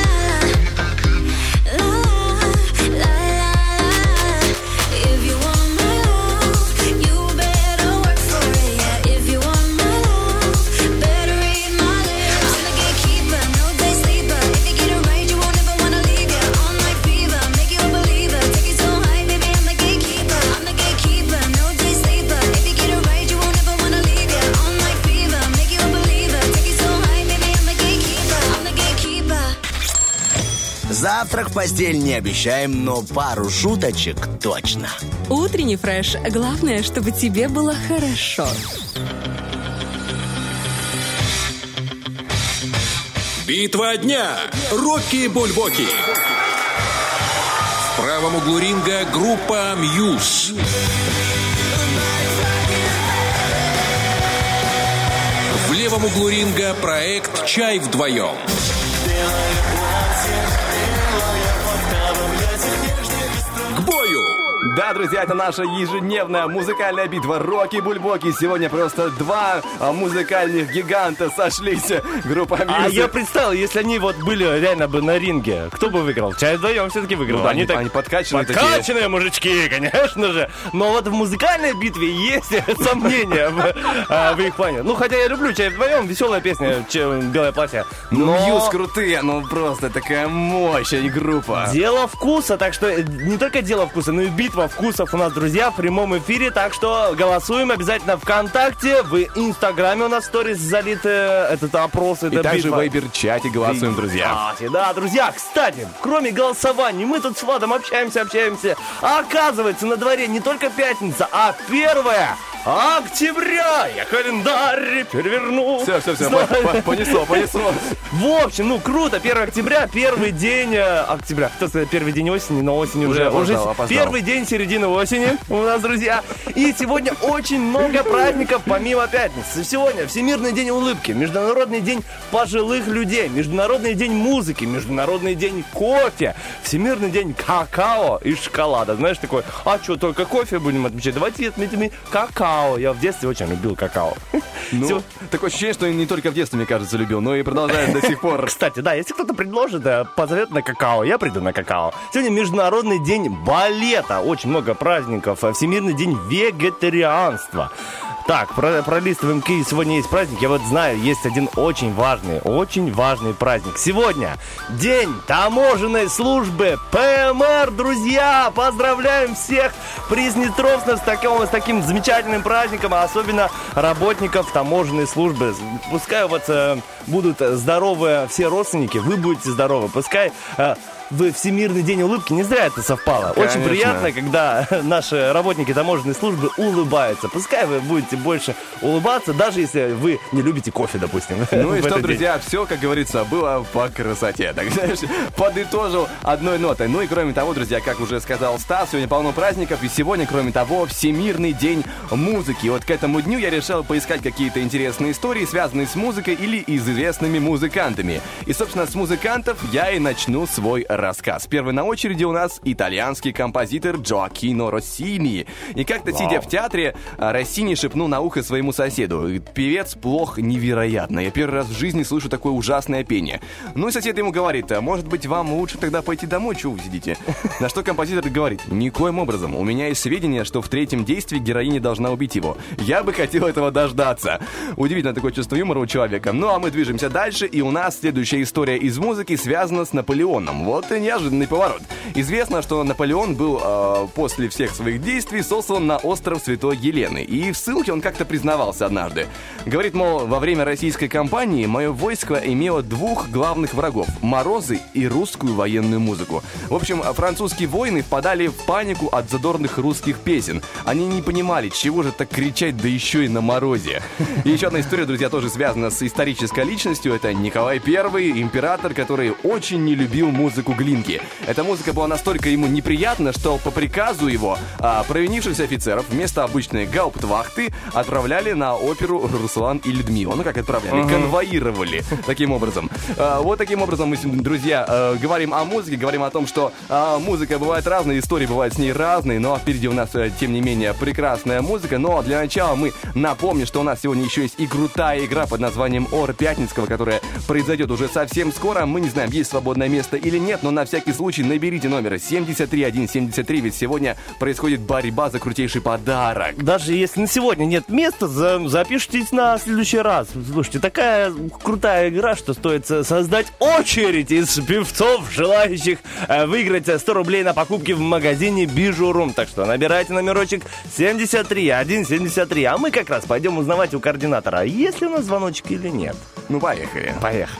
la, la, la, la. If you want my love, you better work for it, yeah. If you want my love, better read my lips. I'm the gatekeeper, no day sleeper. If you get it right, you won't ever wanna leave, yeah. All night fever, make you a believer. Take it so high, baby, I'm the gatekeeper. I'm the gatekeeper, no day sleeper. If you get it right, you won't ever wanna leave, yeah. All night fever, make you a believer. Take it so high, baby, I'm the gatekeeper. I'm the gatekeeper. Завтрак в постель не обещаем, но пару шуточек точно. Утренний фреш. Главное, чтобы тебе было хорошо. Битва дня. Рокки Бульбоки. В правом углу ринга группа Мьюз. В левом углу ринга проект «Чай вдвоем». К бою! Да, друзья, это наша ежедневная музыкальная битва Рокки Бульбоки. Сегодня просто два а, музыкальных гиганта сошлись. Группа Мьюз. А я представил, если они вот были реально бы на ринге, кто бы выиграл? Чай вдвоем все-таки выиграл. Ну, Да, они, так они подкачанные подкачанные такие. мужички, конечно же. Но вот в музыкальной битве есть сомнения в, а, в их плане. Ну, хотя я люблю Чай вдвоем, веселая песня, чем «Белое платье». Ну, Но Мьюз крутые, ну просто такая мощь, они группа. дело вкуса, так что э, не только дело вкуса, но и битва вкусов у нас, друзья, в прямом эфире. Так что голосуем обязательно ВКонтакте, в Инстаграме у нас сторис залит э, этот опрос. И это также битва. в Вайбер-чате голосуем, друзья. Кстати, да, друзья, кстати, кроме голосований, мы тут с Владом общаемся, общаемся. А оказывается, на дворе не только пятница, а первое октября. Я календарь переверну. Все, все, все, понесло, понесло. В общем, ну круто, первое октября, первый день э, октября. Кто сказал, первый день осени, но осень уже, Уже опоздал, опоздал. первый день середины осени у нас, друзья. И сегодня очень много праздников, помимо пятницы. Сегодня Всемирный день улыбки, Международный день пожилых людей, Международный день музыки, Международный день кофе, Всемирный день какао и шоколада. Знаешь, такой, а что, только кофе будем отмечать? Давайте отметим и какао. какао. Я в детстве очень любил какао. Ну, Всё. такое ощущение, что не только в детстве, мне кажется, любил, но и продолжает до сих пор. Кстати, да, если кто-то предложит, э, позовет на какао, я приду на какао. Сегодня Международный день балета. Очень много праздников. Всемирный день вегетарианства. Так, про- пролистываем, какие сегодня есть праздники. Я вот знаю, есть один очень важный, очень важный праздник. Сегодня День таможенной службы ПМР, друзья! Поздравляем всех приднестровцев с таким, с таким замечательным праздником, а особенно работников таможенной службы. Пускай вот э, будут здоровы все родственники, вы будете здоровы. Пускай... Э, в Всемирный день улыбки, не зря это совпало. Конечно. Очень приятно, когда наши работники таможенной службы улыбаются. Пускай вы будете больше улыбаться, даже если вы не любите кофе, допустим. Ну и в что, этот друзья, все, как говорится, было по красоте. Так, знаешь, подытожил одной нотой. Ну и кроме того, друзья, как уже сказал Стас, сегодня полно праздников. И сегодня, кроме того, Всемирный день музыки. И вот к этому дню я решил поискать какие-то интересные истории, связанные с музыкой или известными музыкантами. И, собственно, с музыкантов я и начну свой рассказ. Первый на очереди у нас итальянский композитор Джоаккино Россини. И как-то, сидя в театре, Россини шепнул на ухо своему соседу: «Певец плох невероятно. Я первый раз в жизни слышу такое ужасное пение». Ну и сосед ему говорит: «А может быть, вам лучше тогда пойти домой, чего вы сидите?» На что композитор говорит: «Никоим образом. У меня есть сведения, что в третьем действии героиня должна убить его. Я бы хотел этого дождаться». Удивительно такое чувство юмора у человека. Ну а мы движемся дальше, и у нас следующая история из музыки связана с Наполеоном. Вот и неожиданный поворот. Известно, что Наполеон был э, после всех своих действий сослан на остров Святой Елены. И в ссылке он как-то признавался однажды. Говорит, мол, во время российской кампании мое войско имело двух главных врагов – морозы и русскую военную музыку. В общем, французские воины впадали в панику от задорных русских песен. Они не понимали, чего же так кричать, да еще и на морозе. И еще одна история, друзья, тоже связана с исторической личностью. Это Николай Первый, император, который очень не любил музыку Глинки. Эта музыка была настолько ему неприятна, что по приказу его а, провинившихся офицеров вместо обычной гауптвахты отправляли на оперу «Руслан и Людмила». Ну как отправляли? Uh-huh. Конвоировали. Таким образом. А, вот таким образом мы, друзья, а, говорим о музыке, говорим о том, что а, музыка бывает разная, истории бывают с ней разные, но впереди у нас, тем не менее, прекрасная музыка. Но для начала мы напомним, что у нас сегодня еще есть и крутая игра под названием «Ор Пятницкого», которая произойдет уже совсем скоро. Мы не знаем, есть свободное место или нет, но на всякий случай наберите номер семьдесят три сто семьдесят три, ведь сегодня происходит борьба за крутейший подарок. Даже если на сегодня нет места, за, запишитесь на следующий раз. Слушайте, такая крутая игра, что стоит создать очередь из певцов, желающих э, выиграть сто рублей на покупки в магазине Bijou.ru. Так что набирайте номерочек семьдесят три сто семьдесят три, а мы как раз пойдем узнавать у координатора, есть ли у нас звоночек или нет. Ну, поехали. Поехали.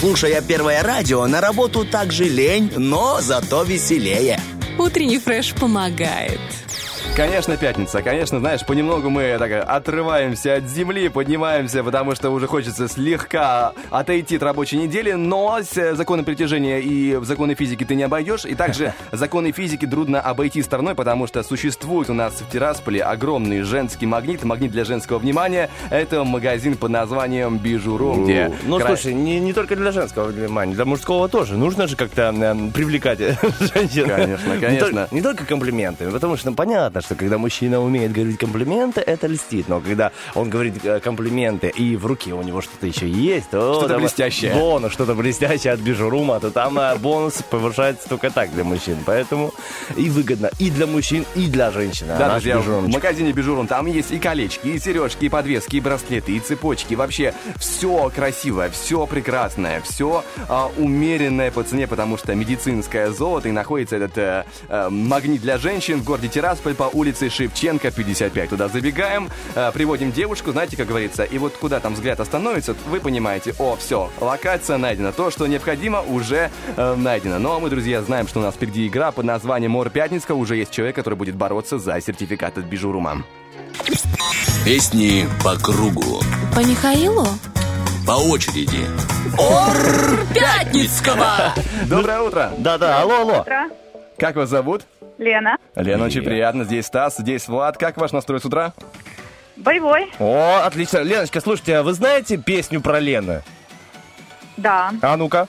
Слушая Первое радио, на работу также лень, но зато веселее. Утренний фреш помогает. Конечно, пятница. Конечно, знаешь, понемногу мы так отрываемся от земли, поднимаемся, потому что уже хочется слегка отойти от рабочей недели, но законы притяжения и законы физики ты не обойдешь, и также законы физики трудно обойти стороной, потому что существует у нас в Тирасполе огромный женский магнит, магнит для женского внимания. Это магазин под названием Бижурум, где... Ну, кра- слушай, не, не только для женского внимания, для мужского тоже. Нужно же как-то э, привлекать женщин. Конечно, Не конечно. только, не только комплиментами, потому что ну, понятно, что когда мужчина умеет говорить комплименты, это льстит. Но когда он говорит э, комплименты, и в руке у него что-то еще есть, то... Что-то там, блестящее. Бонус, что-то блестящее от Бижурума, то там э, бонус повышается только так для мужчин. Поэтому и выгодно и для мужчин, и для женщин. А Да, наш друзья, в Бижурумчик. магазине Бижурум там есть и колечки, и сережки, и подвески, и браслеты, и цепочки. Вообще все красивое, все прекрасное, все а, умеренное по цене, потому что медицинское золото. И находится этот э, э, магнит для женщин в городе Тирасполь по улице Шевченко, пятьдесят пять. Туда забегаем, э, приводим девушку, знаете, как говорится, и вот куда там взгляд остановится, вы понимаете, о, все, локация найдена. То, что необходимо, уже э, найдено. Ну, а мы, друзья, знаем, что у нас впереди игра под названием Ор Пятницка. Уже есть человек, который будет бороться за сертификат от Бижурума. Песни по кругу, По Михаилу? по очереди. Ор Пятницкого! Доброе утро! Да-да, алло, алло. Как вас зовут? Лена. Лена, очень приятно. Здесь Стас, здесь Влад. Как ваш настрой с утра? Боевой. О, отлично. Леночка, слушайте, а вы знаете песню про Лену? Да. А ну-ка.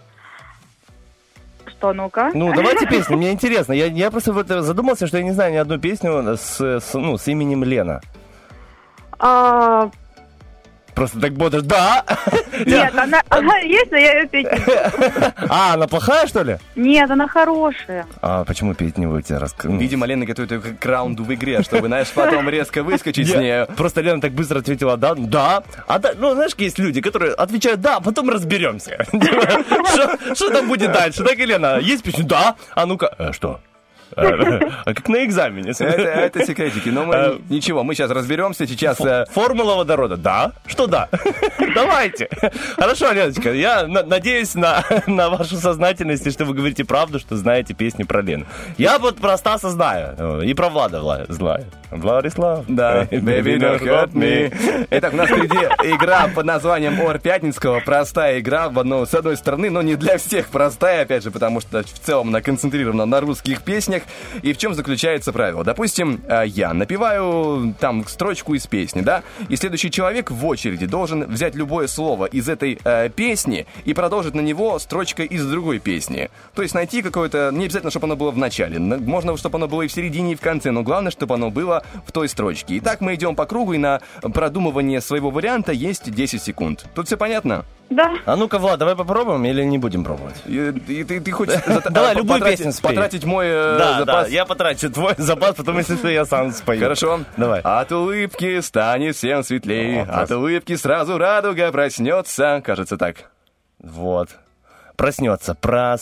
Что, ну-ка? Ну, давайте песню, мне интересно. Я, я просто вот задумался, что я не знаю ни одну песню с, с, ну, с именем Лена. А, Просто так бодро. Да! нет, она, она есть, но я ее петь не буду. А, она плохая, что ли? Нет, она хорошая. А почему петь не будете? Раск- ну. Видимо, Лена готовит ее к раунду в игре, чтобы, знаешь, потом резко выскочить с Я- нее. Просто Лена так быстро ответила «да». Да. А да, ну, знаешь, есть люди, которые отвечают «да», а потом разберемся. Что там будет дальше? Так, Елена, есть песня? Да. А ну-ка. «Э, Что? А как на экзамене. Это, это секретики, но мы ничего, мы сейчас разберемся, сейчас... э, Формула водорода. Да? Что да? Давайте. Хорошо, Леночка, я на- надеюсь на, на вашу сознательность, и что вы говорите правду, что знаете песни про Лену. Я вот про Стаса знаю. И про Влада Вла- знаю. Владислав. Да, baby, don't hurt me. Итак, у нас впереди игра под названием Ор Пятницкого. Простая игра, в одну, с одной стороны, но не для всех простая, опять же, потому что в целом она концентрирована на русских песнях. И в чем заключается правило? Допустим, э, я напеваю там строчку из песни, да, и следующий человек в очереди должен взять любое слово из этой э, песни и продолжить на него строчкой из другой песни. То есть найти какое-то, не обязательно, чтобы оно было в начале, н- можно, чтобы оно было и в середине, и в конце, но главное, чтобы оно было в той строчке. Итак, мы идем по кругу, и на продумывание своего варианта есть десять секунд. Тут все понятно? Да. А ну-ка, Влад, давай попробуем или не будем пробовать? И, и ты, ты хочешь зат- Давай, а, любую потратить- песню спей. потратить мой э, Да, запас? да, я потрачу твой запас, потом, если что, я сам спою. Хорошо. Давай. От улыбки станет всем светлее. О, От улыбки сразу радуга проснется. Кажется так. Вот. Проснется.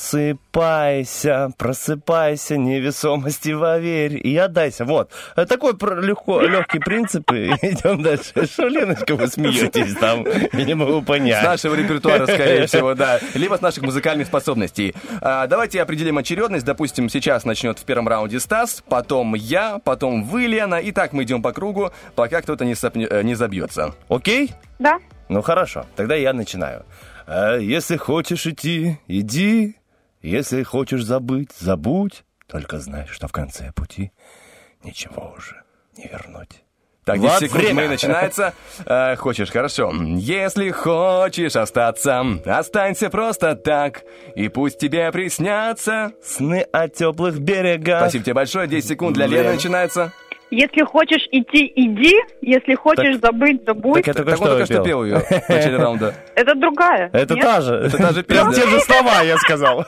Просыпайся, просыпайся, невесомости поверь и отдайся. Вот. Такой про- легко, легкий принцип. И идем дальше. Что, Леночка, вы смеетесь там? Я не могу С понять. нашего репертуара, скорее всего, да. Либо с наших музыкальных способностей. А, давайте определим очередность. Допустим, сейчас начнет в первом раунде Стас, потом я, потом вы, Лена. И так мы идем по кругу, пока кто-то не, сопне- э, не забьется. Окей? Да. Ну хорошо, тогда я начинаю. А если хочешь идти, иди. Если хочешь забыть, забудь. Только знай, что в конце пути ничего уже не вернуть. Так, Вот десять секунд время. мы начинается. Э, хочешь, хорошо. Если хочешь остаться, останься просто так. И пусть тебе приснятся. Сны о теплых берегах. Спасибо тебе большое. десять секунд для Блин. Лены начинается. Если хочешь идти, иди. Если хочешь забыть, забудь. Так я только Так он что только что пел ее в начале раунда. Это другая. Это Нет? та же. Это та же Прям песня. те же слова, я сказал.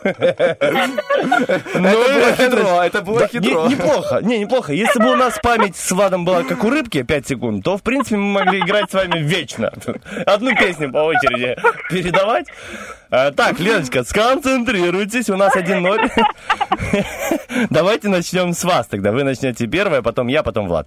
Это было хитро, это было Да, хитро. не- Неплохо, не, неплохо. Если бы у нас память с Владом была как у рыбки, пять секунд, то, в принципе, мы могли играть с вами вечно. Одну песню по очереди передавать. А, так, Леночка, сконцентрируйтесь, у нас один ноль. Давайте начнем с вас тогда. Вы начнете первая, потом я, потом Влад.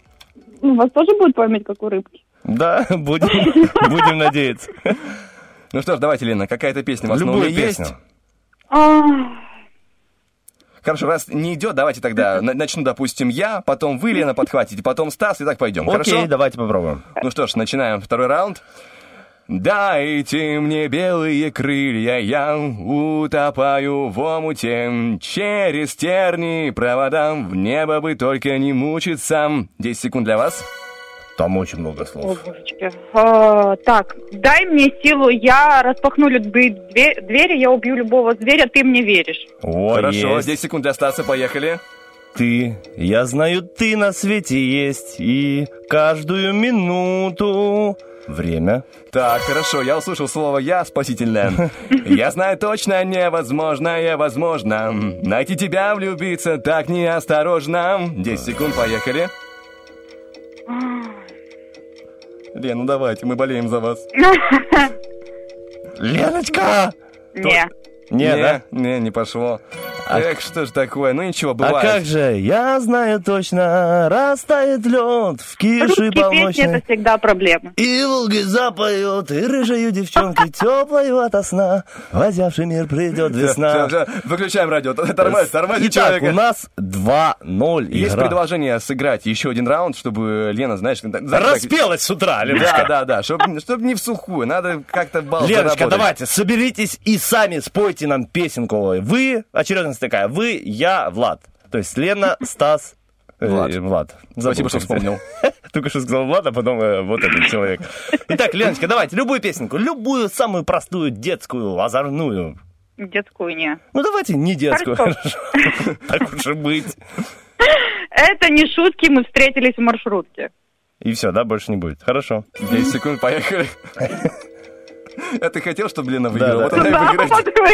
У вас тоже будет память, как у рыбки? Да, будем, будем надеяться. Ну что ж, давайте, Лена, какая-то песня у вас Любую новая песню. есть? А, Хорошо, раз не идет, давайте тогда на- начну, допустим, я, потом вы, Лена, подхватите, потом Стас, и так пойдем. Окей, Хорошо? давайте попробуем. Ну что ж, начинаем второй раунд. Дайте мне белые крылья, я утопаю в омуте. Через тернии проводам в небо бы только не мучиться. десять секунд для вас. Там очень много о, слов. божечки. А, так, дай мне силу, я распахну любые две- двери, я убью любого зверя, ты мне веришь. О, Хорошо, есть. десять секунд для Стаса, поехали. Ты, я знаю, ты на свете есть, и каждую минуту время. Так, хорошо, я услышал слово «я» спасительное. Я знаю точно, невозможно, возможно. Найти тебя, влюбиться так неосторожно. десять секунд, поехали. Лен, ну давайте, мы болеем за вас. Леночка! Не. Не, да? Не, не пошло. Эх, что ж такое, ну ничего, бывает. А как же, я знаю точно, растает лед в киши Русские песни — полночной. это всегда проблема. И Волги запоет, и рыжую девчонкой теплою ото сна, возявший мир придет весна. Всё, всё, выключаем радио, тормози, тормози Итак, человека. у нас два ноль Есть игра. предложение сыграть еще один раунд, чтобы Лена, знаешь... так- так- Распелась с утра, Да, Леночка. да, да, чтобы не в сухую, надо как-то балл Леночка, заработать. давайте, соберитесь и сами спойте нам песенку. Вы, очередность такая, вы, я, Влад. То есть Лена, Стас, э, Влад. Влад. Спасибо, что Забыл, вспомнил. Только что сказал Влад, а потом э, вот этот человек. Итак, Леночка, давайте, любую песенку, любую самую простую, детскую, озорную. Детскую не. Ну, давайте не детскую, Хорошо. хорошо. Так уж и быть. Это не шутки, мы встретились в маршрутке. И все, да, больше не будет. Хорошо. десять секунд, поехали. А ты хотел, чтобы Лена выиграла? Да, Вот она и Да, выиграет. вот и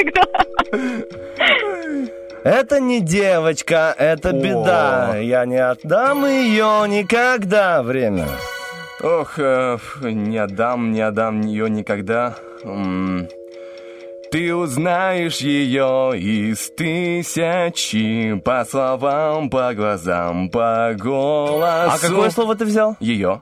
выиграла. Это не девочка, это беда. О. Я не отдам ее никогда. Время. Ох, э, ф, не отдам, не отдам ее никогда. М. Ты узнаешь ее из тысячи по словам, по глазам, по голосу. А какое слово ты взял? Ее.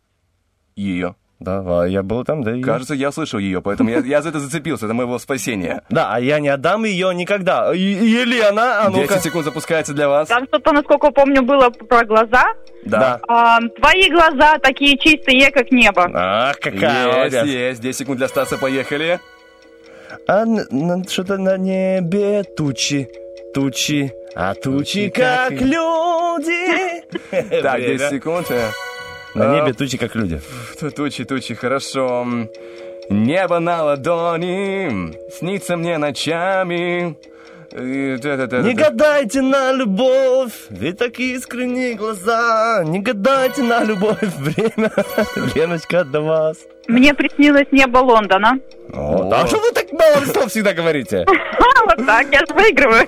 Ее. Да, я был там, да. и- Кажется, я слышал ее, поэтому я, я за это зацепился, это моего спасения. Да, а я не отдам ее никогда. И- Елена, а ну-ка. десять секунд запускается для вас. Там что-то, насколько помню, было про глаза. Да. А, твои глаза такие чистые, как небо. Ах, какая Есть, молодец. есть. десять секунд для Стаса, поехали. А н- н- что-то на небе тучи, тучи, а тучи как люди. Так, Время. десять секунд. э. На А, небе тучи как люди. Ту- Тучи, тучи, хорошо. Небо на ладони, снится мне ночами. И та-та-та-та. Не гадайте на любовь, ведь такие искренние глаза. Не гадайте на любовь, время. Леночка, до вас. Мне приснилось небо Лондона. О, а что вы так мало слов всегда говорите? Вот так, я же выигрываю.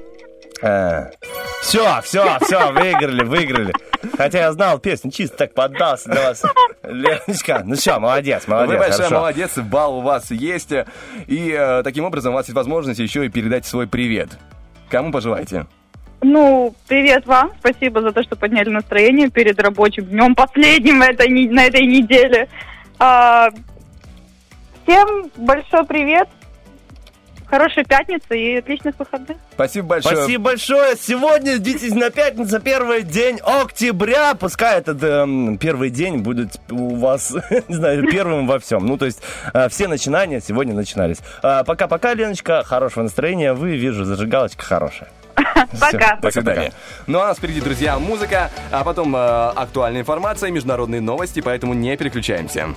Все, все, все, выиграли, выиграли. Хотя я знал песню, чисто так поддался для вас. Леночка, ну все, молодец, молодец. Вы большая хорошо. молодец, балл у вас есть. И э, таким образом у вас есть возможность еще и передать свой привет. Кому пожелаете? Ну, привет вам. Спасибо за то, что подняли настроение перед рабочим днем, последним этой, не- на этой неделе. А, всем большой привет. Хорошей пятницы и отличных выходных. Спасибо большое. Спасибо большое. Сегодня действительно пятница, первый день октября. Пускай этот эм, первый день будет у вас, не знаю, первым во всем. Ну, то есть э, все начинания сегодня начинались. Э, Пока-пока, Леночка. Хорошего настроения. Вы, вижу, зажигалочка хорошая. Пока. До свидания. Ну а у нас впереди, друзья, музыка, а потом э, актуальная информация, международные новости, поэтому не переключаемся.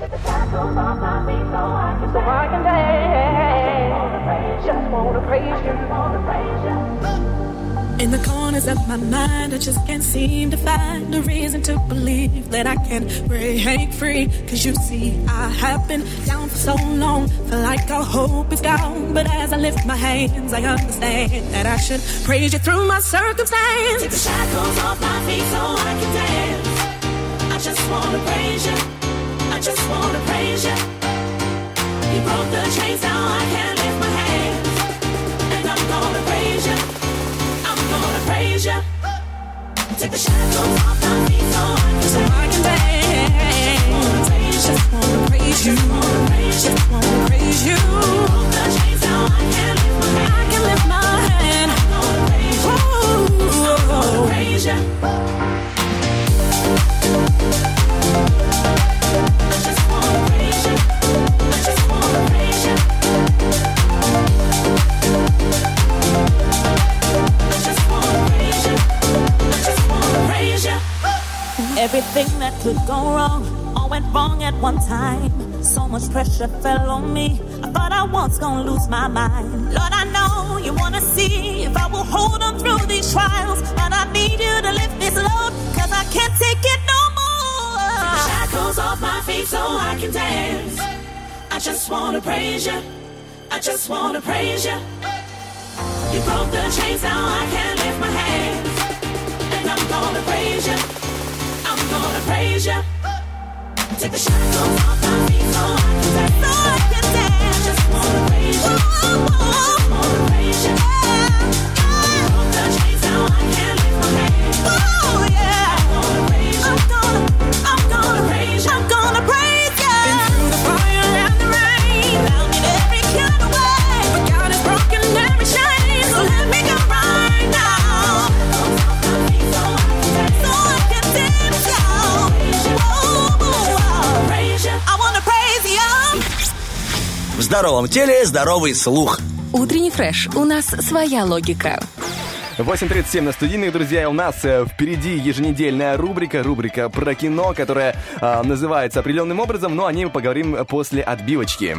In the corners of my mind, I just can't seem to find a reason to believe that I can break free. Cause you see, I have been down for so long, feel like all hope is gone. But as I lift my hands, I understand that I should praise you through my circumstance. Take the shackles off my feet so I can dance. I just wanna praise you. I just wanna praise you. You broke the chains, now I can lift my hands. And I'm gonna praise you. I'm gonna praise you. Take the shackles off my feet so I can So I can dance. dance. Just wanna praise you. Just wanna praise you. Just wanna praise you. everything that could go wrong all went wrong at one time. So much pressure fell on me. I thought I was gonna lose my mind. Lord, I know you wanna see if I will hold on through these trials, but I need you to lift this load, cause I can't take it no more. Take the shackles off my feet so I can dance. I just wanna praise you. I just wanna praise you. You broke the chains, now I can lift my hands. And I'm gonna praise you. I'm gonna praise you. Take the shackles off my feet so I can dance. So I can dance. I just wanna praise you. I just wanna praise you. You broke the chains, now I can lift my hands. Oh yeah. I'm gonna praise you. I'm gonna, I'm gonna praise you. I'm gonna praise you. Been through the fire and the rain, found in every kind of way, but God has broken every chain, so let me go right now. So I can dance now. I wanna praise you. В здоровом теле здоровый слух. Утренний фреш. У нас своя логика. восемь тридцать семь на студийных, друзья, и у нас э, впереди еженедельная рубрика, рубрика про кино, которая э, называется определенным образом, но о ней мы поговорим после отбивочки.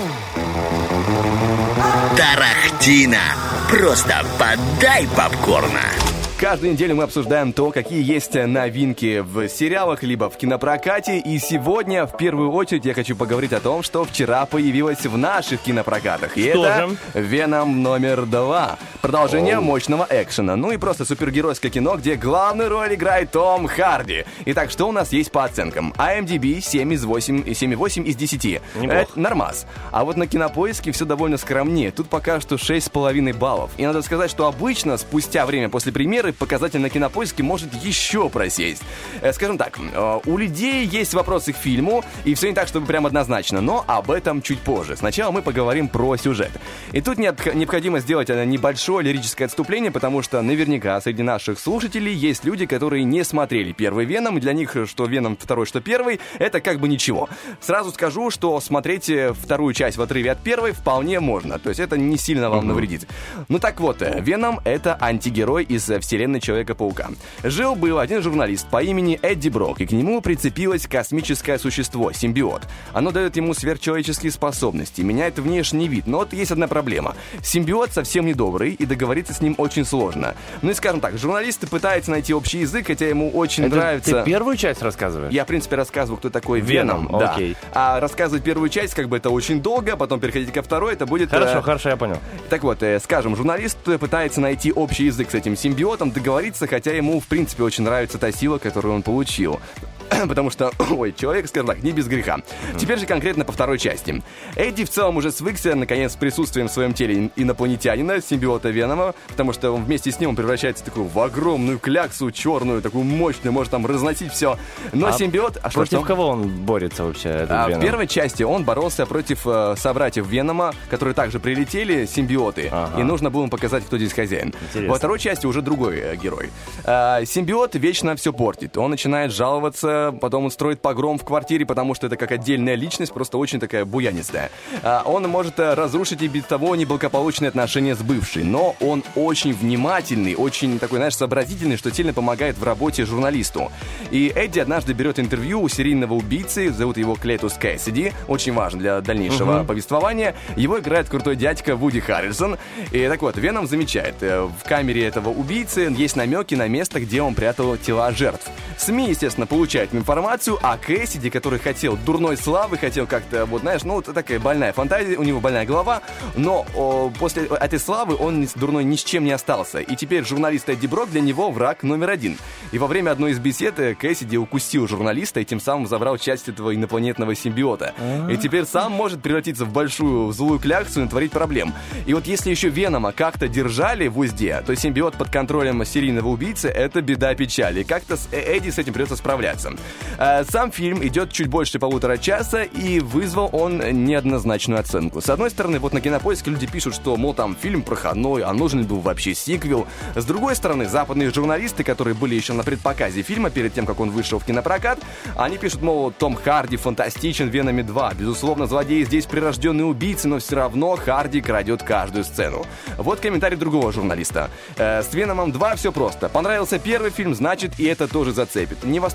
Тарахтина. Просто подай попкорна. Каждую неделю мы обсуждаем то, какие есть новинки в сериалах, либо в кинопрокате. И сегодня, в первую очередь, я хочу поговорить о том, что вчера появилось в наших кинопрокатах. И Что это же? «Веном номер два». Продолжение Оу. мощного экшена. Ну и просто супергеройское кино, где главную роль играет Том Харди. Итак, что у нас есть по оценкам? ай эм ди би семь и восемь из десяти. Неплохо. Это нормас. А вот на Кинопоиске все довольно скромнее. Тут пока что шесть с половиной баллов. И надо сказать, что обычно, спустя время после премьеры, показатель на Кинопоиске может еще просесть. Э, скажем так, э, у людей есть вопросы к фильму, и все не так, чтобы прям однозначно, но об этом чуть позже. Сначала мы поговорим про сюжет. И тут необх- необходимо сделать небольшое лирическое отступление, потому что наверняка среди наших слушателей есть люди, которые не смотрели первый «Веном», и для них что «Веном» второй, что первый, это как бы ничего. Сразу скажу, что смотреть вторую часть в отрыве от первой вполне можно, то есть это не сильно вам навредит. Ну так вот, «Веном» — это антигерой из вселенной Человека-паука. Жил-был один журналист по имени Эдди Брок, и к нему прицепилось космическое существо, симбиот. Оно дает ему сверхчеловеческие способности, меняет внешний вид, но вот есть одна проблема. Симбиот совсем недобрый, и договориться с ним очень сложно. Ну и скажем так, журналист пытается найти общий язык, хотя ему очень Это нравится... Ты первую часть рассказываешь? Я, в принципе, рассказываю, кто такой Веном, Веном. Да. окей. А рассказывать первую часть, как бы, это очень долго, потом переходить ко второй, это будет... Хорошо, э... хорошо, я понял. Так вот, э, скажем, журналист пытается найти общий язык с этим симбиотом, договориться, хотя ему, в принципе, очень нравится та сила, которую он получил. Потому что, ой, человек, скажем так, не без греха. Теперь же конкретно по второй части. Эдди в целом уже свыкся, наконец, с присутствием в своем теле инопланетянина, симбиота Венома, потому что он вместе с ним он превращается в такую в огромную кляксу черную, такую мощную, может там разносить все. Но а симбиот... А против что, кого он борется вообще, этот а, Веном? в первой части он боролся против э, собратьев Венома, которые также прилетели, симбиоты, ага. и нужно было им показать, кто здесь хозяин. Интересно. Во второй части уже другой э, герой. Э, симбиот вечно все портит. Он начинает жаловаться, потом он строит погром в квартире, потому что это как отдельная личность, просто очень такая буянистая. Э, он может э, разрушить и без того неблагополучные отношения с бывшей, но он очень внимательный, очень такой, знаешь, сообразительный, что сильно помогает в работе журналисту. И Эдди однажды берет интервью у серийного убийцы, зовут его Клетус Кэссиди, очень важно для дальнейшего uh-huh. повествования. Его играет крутой дядька Вуди Харрельсон. И так вот, Веном замечает, в камере этого убийцы есть намеки на место, где он прятал тела жертв. СМИ, естественно, получают информацию, а Кэссиди, который хотел дурной славы, хотел как-то, вот знаешь, ну, такая больная фантазия, у него больная голова, но о, после этой славы он дурной ни с чем не остался. И теперь журналист Эдди Брок для него враг номер один. И во время одной из бесед Кэссиди укусил журналиста и тем самым забрал часть этого инопланетного симбиота. И теперь сам может превратиться в большую злую кляксу и натворить проблем. И вот если еще Венома как-то держали в узде, то симбиот под контролем серийного убийцы — это беда-печаль. И как-то с Эдди с этим придется справляться. Сам фильм идет чуть больше полутора часа, и вызвал он неоднозначную оценку. С одной стороны, вот на Кинопоиске люди пишут, что, мол, там фильм проходной, а нужен был вообще сиквел. С другой стороны, западные журналисты, которые были еще на предпоказе фильма перед тем, как он вышел в кинопрокат, они пишут, мол, Том Харди фантастичен в «Веноме два». Безусловно, злодей здесь прирожденный убийца, но все равно Харди крадет каждую сцену. Вот комментарий другого журналиста. Э, с «Веномом два» все просто. Понравился первый фильм, значит, и это тоже зацепит. Не в восторге от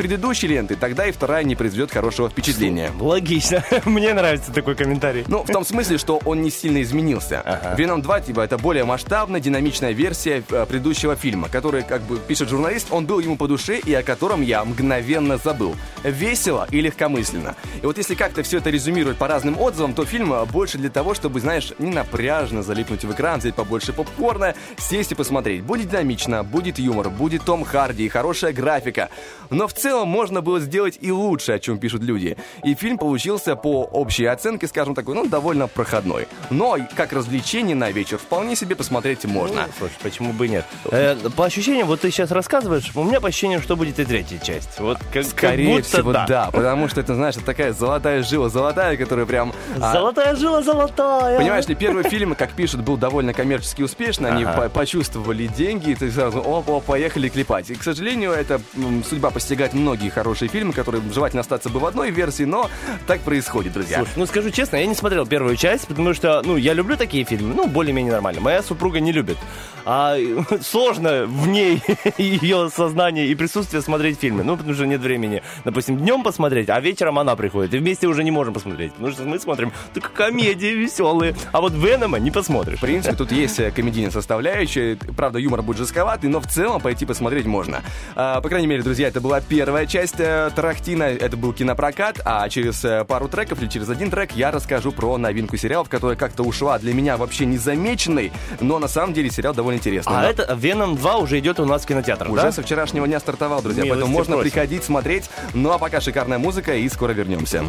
предыдущей ленты, тогда и вторая не произведет хорошего впечатления. Логично. Мне нравится такой комментарий. Ну, в том смысле, что он не сильно изменился. Ага. «Веном два», типа, это более масштабная, динамичная версия э, предыдущего фильма, который, как бы пишет журналист, он был ему по душе и о котором я мгновенно забыл. Весело и легкомысленно. И вот если как-то все это резюмировать по разным отзывам, то фильм больше для того, чтобы, знаешь, не напряжно залипнуть в экран, взять побольше попкорна, сесть и посмотреть. Будет динамично, будет юмор, будет Том Харди и хорошая графика. Но в целом можно было сделать и лучше, о чем пишут люди. И фильм получился по общей оценке, скажем такой, ну, довольно проходной. Но как развлечение на вечер вполне себе посмотреть можно. Ну, слушай, почему бы и нет? Э, по ощущениям, вот ты сейчас рассказываешь, у меня по ощущениям, что будет и третья часть. Вот как, Скорее как будто всего, да. да. Потому что это, знаешь, это такая золотая жила золотая, которая прям... Золотая а, жила золотая. Понимаешь ли, первый фильм, как пишут, был довольно коммерчески успешный. Они ага. по- почувствовали деньги, и ты сразу, оп, поехали клепать. И, к сожалению, это м, судьба постигает многие хорошие фильмы, которые желательно остаться бы в одной версии, но так происходит, друзья. Слушай, ну скажу честно, я не смотрел первую часть, потому что, ну, я люблю такие фильмы, ну, более-менее нормально. Моя супруга не любит. А сложно в ней ее сознание и присутствие смотреть фильмы. Ну, потому что нет времени, допустим, днем посмотреть, а вечером она приходит. И вместе уже не можем посмотреть. Потому что мы смотрим только комедии веселые. А вот Венома не посмотришь. В принципе, тут есть комедийная составляющая. Правда, юмор будет жестковатый, но в целом пойти посмотреть можно. А, по крайней мере, друзья, это была первая часть э, Тарахтина. Это был кинопрокат. А через э, пару треков или через один трек я расскажу про новинку сериалов, которая как-то ушла для меня вообще незамеченной. Но на самом деле сериал довольно интересный. А но... это «Веном два» уже идет у нас в кинотеатрах, уже да? со вчерашнего дня стартовал, друзья. Милости поэтому можно просим. приходить, смотреть. Ну а пока шикарная музыка, и скоро вернемся.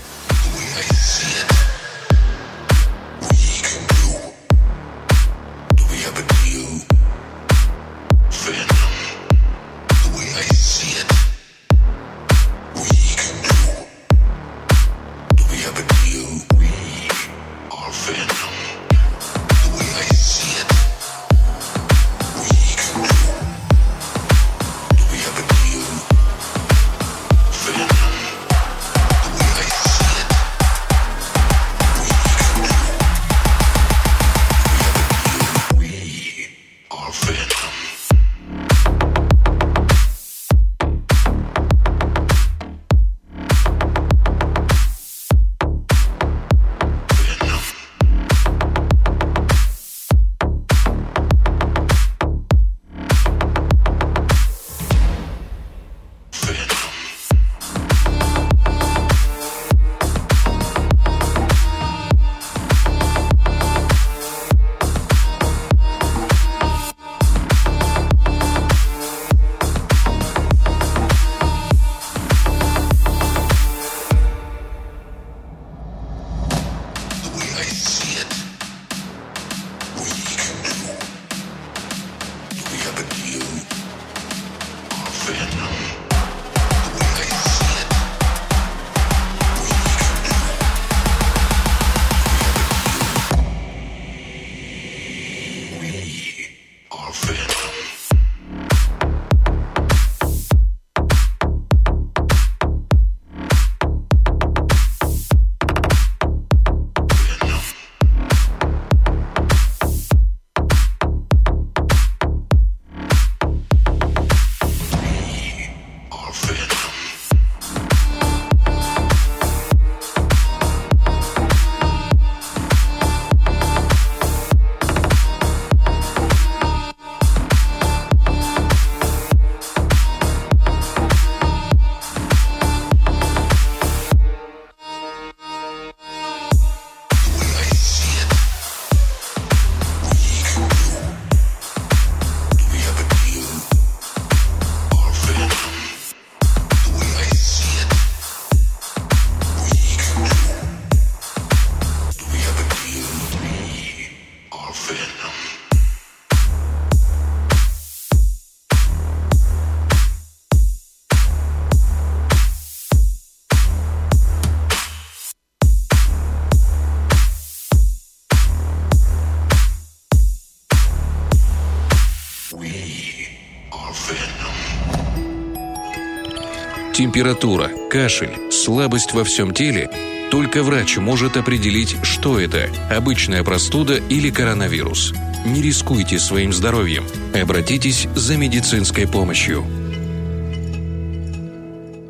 Температура, кашель, слабость во всем теле. Только врач может определить, что это – обычная простуда или коронавирус. Не рискуйте своим здоровьем. Обратитесь за медицинской помощью.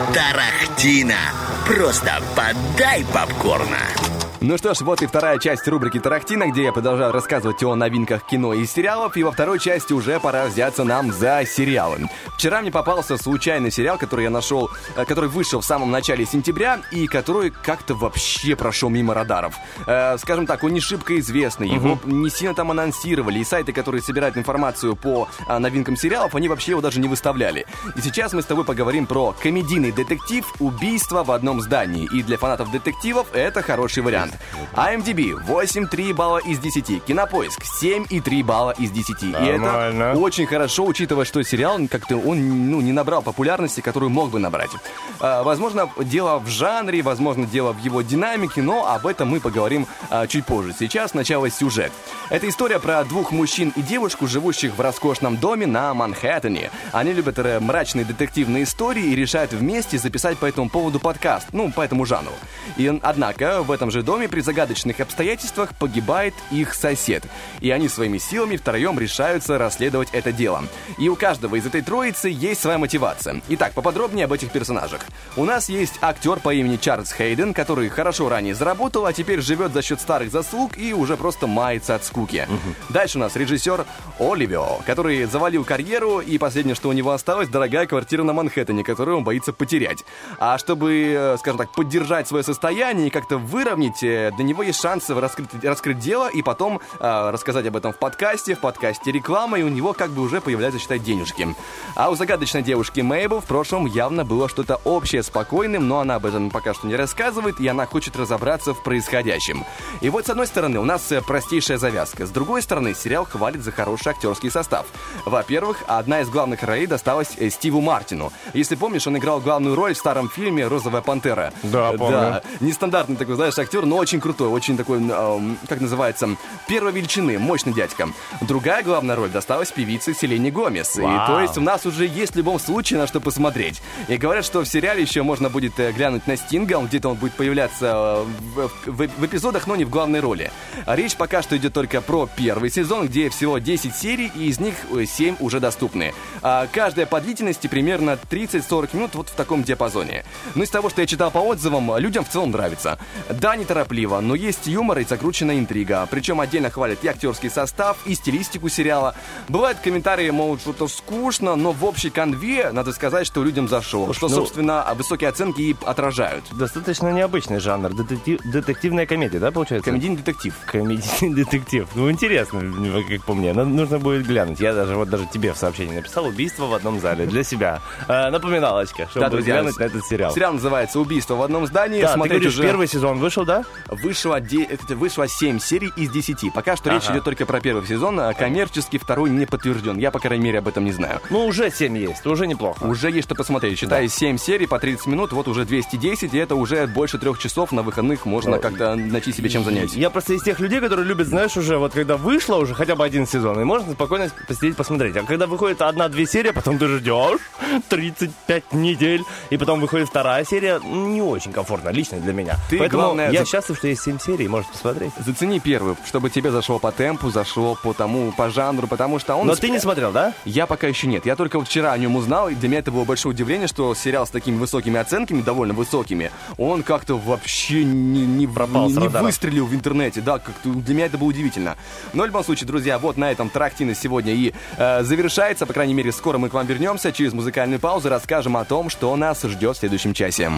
Тарахтина. Просто подай попкорна. Ну что ж, вот и вторая часть рубрики «Тарахтина», где я продолжаю рассказывать о новинках кино и сериалов, и во второй части уже пора взяться нам за сериалы. Вчера мне попался случайный сериал, который я нашел, который вышел в самом начале сентября, и который как-то вообще прошел мимо радаров. Э, скажем так, он не шибко известный, его uh-huh. не сильно там анонсировали, и сайты, которые собирают информацию по а, новинкам сериалов, они вообще его даже не выставляли. И сейчас мы с тобой поговорим про комедийный детектив «Убийство в одном здании», и для фанатов детективов это хороший вариант. ай эм ди би восемь целых три балла из десяти. Кинопоиск семь целых три балла из десяти. Нормально. И это очень хорошо, учитывая, что сериал как-то он ну, не набрал популярности, которую мог бы набрать. А, возможно, дело в жанре, возможно, дело в его динамике, но об этом мы поговорим а, чуть позже. Сейчас сначала сюжет. Это история про двух мужчин и девушку, живущих в роскошном доме на Манхэттене. Они любят мрачные детективные истории и решают вместе записать по этому поводу подкаст, ну, по этому жанру. И, однако, в этом же доме при загадочных обстоятельствах погибает их сосед. И они своими силами втроем решаются расследовать это дело. И у каждого из этой троицы есть своя мотивация. Итак, поподробнее об этих персонажах. У нас есть актер по имени Чарльз Хейден, который хорошо ранее заработал, а теперь живет за счет старых заслуг и уже просто мается от скуки. Uh-huh. Дальше у нас режиссер Оливио, который завалил карьеру, и последнее, что у него осталось, дорогая квартира на Манхэттене, которую он боится потерять. А чтобы, скажем так, поддержать свое состояние и как-то выровнять, для него есть шанс раскрыть, раскрыть дело и потом э, рассказать об этом в подкасте, в подкасте реклама, и у него как бы уже появляются, считай, денежки. А у загадочной девушки Мэйбл в прошлом явно было что-то общее с покойным, но она об этом пока что не рассказывает, и она хочет разобраться в происходящем. И вот с одной стороны у нас простейшая завязка, с другой стороны сериал хвалит за хороший актерский состав. Во-первых, одна из главных ролей досталась Стиву Мартину. Если помнишь, он играл главную роль в старом фильме «Розовая пантера». Да, помню. Да, нестандартный такой, знаешь, актер, но очень крутой, очень такой, э, как называется, первой величины, мощный дядька. Другая главная роль досталась певице Селене Гомес. И, то есть у нас уже есть в любом случае на что посмотреть. И говорят, что в сериале еще можно будет глянуть на Стинга, где-то он будет появляться в, в, в эпизодах, но не в главной роли. Речь пока что идет только про первый сезон, где всего десять серий, и из них семь уже доступны. А каждая по длительности примерно тридцать-сорок минут вот в таком диапазоне. Ну, из того, что я читал по отзывам, людям в целом нравится. Да, неторопливо, но есть юмор и закрученная интрига. Причем отдельно хвалят и актерский состав, и стилистику сериала. Бывают комментарии, мол, что-то скучно, но в общей конве надо сказать, что людям зашло. Слушай, что, ну, собственно, высокие оценки и отражают. Достаточно необычный жанр. Детектив, детективная комедия, да, получается? Комедийный детектив. Комедийный детектив. Ну, интересно, как по мне. Нужно будет глянуть. Я даже вот даже тебе в сообщении написал «Убийство в одном зале» для себя. А, напоминалочка, чтобы да, друзья, глянуть на этот сериал. Сериал называется «Убийство в одном здании». Да, смотреть ты говоришь, уже... первый сезон вышел, да? Вышло, де... Вышло семь серий из десяти. Пока что ага. речь идет только про первый сезон, а коммерчески второй не подтвержден. Я, по крайней мере, об этом не знаю. Ну, уже семь есть, уже неплохо. Уже есть что посмотреть. Считай, да. семь серий по тридцать минут, вот уже двести десять, и это уже больше трех часов на выходных можно ну, как-то найти себе чем занять. Я просто из тех людей, которые любят, знаешь, уже вот когда вышло уже хотя бы один сезон, и можно спокойно посидеть, посмотреть. А когда выходит одна-две серии, потом ты ждешь тридцать пять недель, и потом выходит вторая серия, не очень комфортно, лично для меня. Ты, Поэтому главное, я за... счастлив, что есть семь серий, можешь посмотреть. Зацени первую, чтобы тебе зашло по темпу, зашло по тому, по жанру, потому что он... Но ты не смотрел, да? Я пока еще нет. Я только вот вчера о нем узнал, и для меня это было большое удивление, что сериал с такими высокими оценками, довольно высокими, он как-то вообще не, не, Пропал не, не выстрелил в интернете. Да, как-то для меня это было удивительно. Но в любом случае, друзья, вот на этом Тарахтина сегодня и э, завершается. По крайней мере, скоро мы к вам вернемся. Через музыкальную паузу расскажем о том, что нас ждет в следующем часе.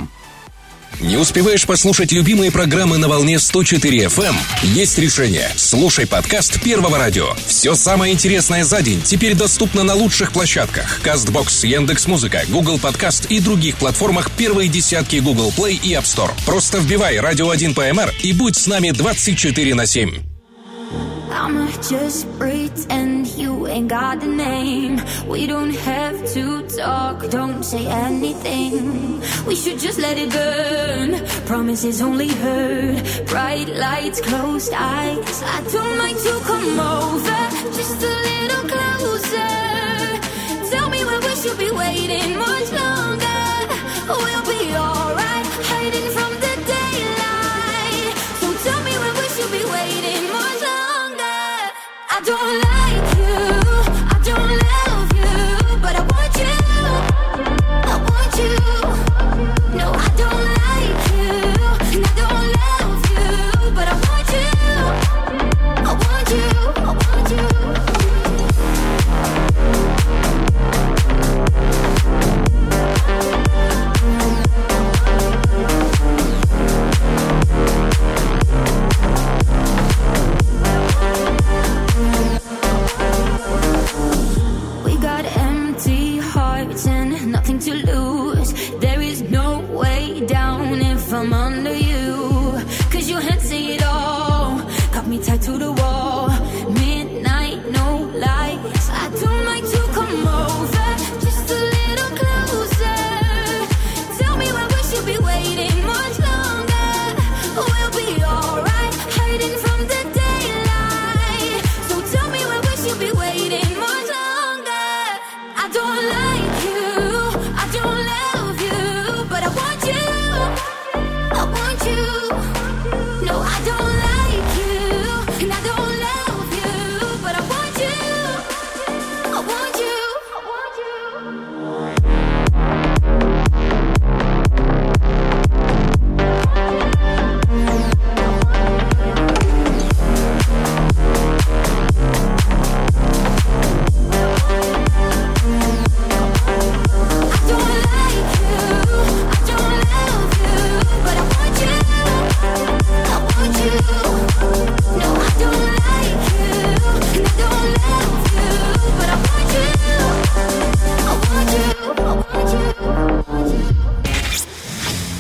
Не успеваешь послушать любимые программы на волне сто четыре эф эм? Есть решение. Слушай подкаст Первого радио. Все самое интересное за день теперь доступно на лучших площадках: Castbox, Яндекс.Музыка, Google Подкаст и других платформах первой десятки Google Play и App Store. Просто вбивай радио один по эм эр и будь с нами двадцать четыре на семь. I'ma just pretend you ain't got the name. We don't have to talk, don't say anything. We should just let it burn. Promises only hurt. Bright lights, closed eyes. I don't mind to come over, just a little closer. Tell me where we should be waiting much longer. We'll be alright, hiding from the daylight. So tell me where we should be waiting much longer. I don't like you, I don't love you, but I want you, I want you.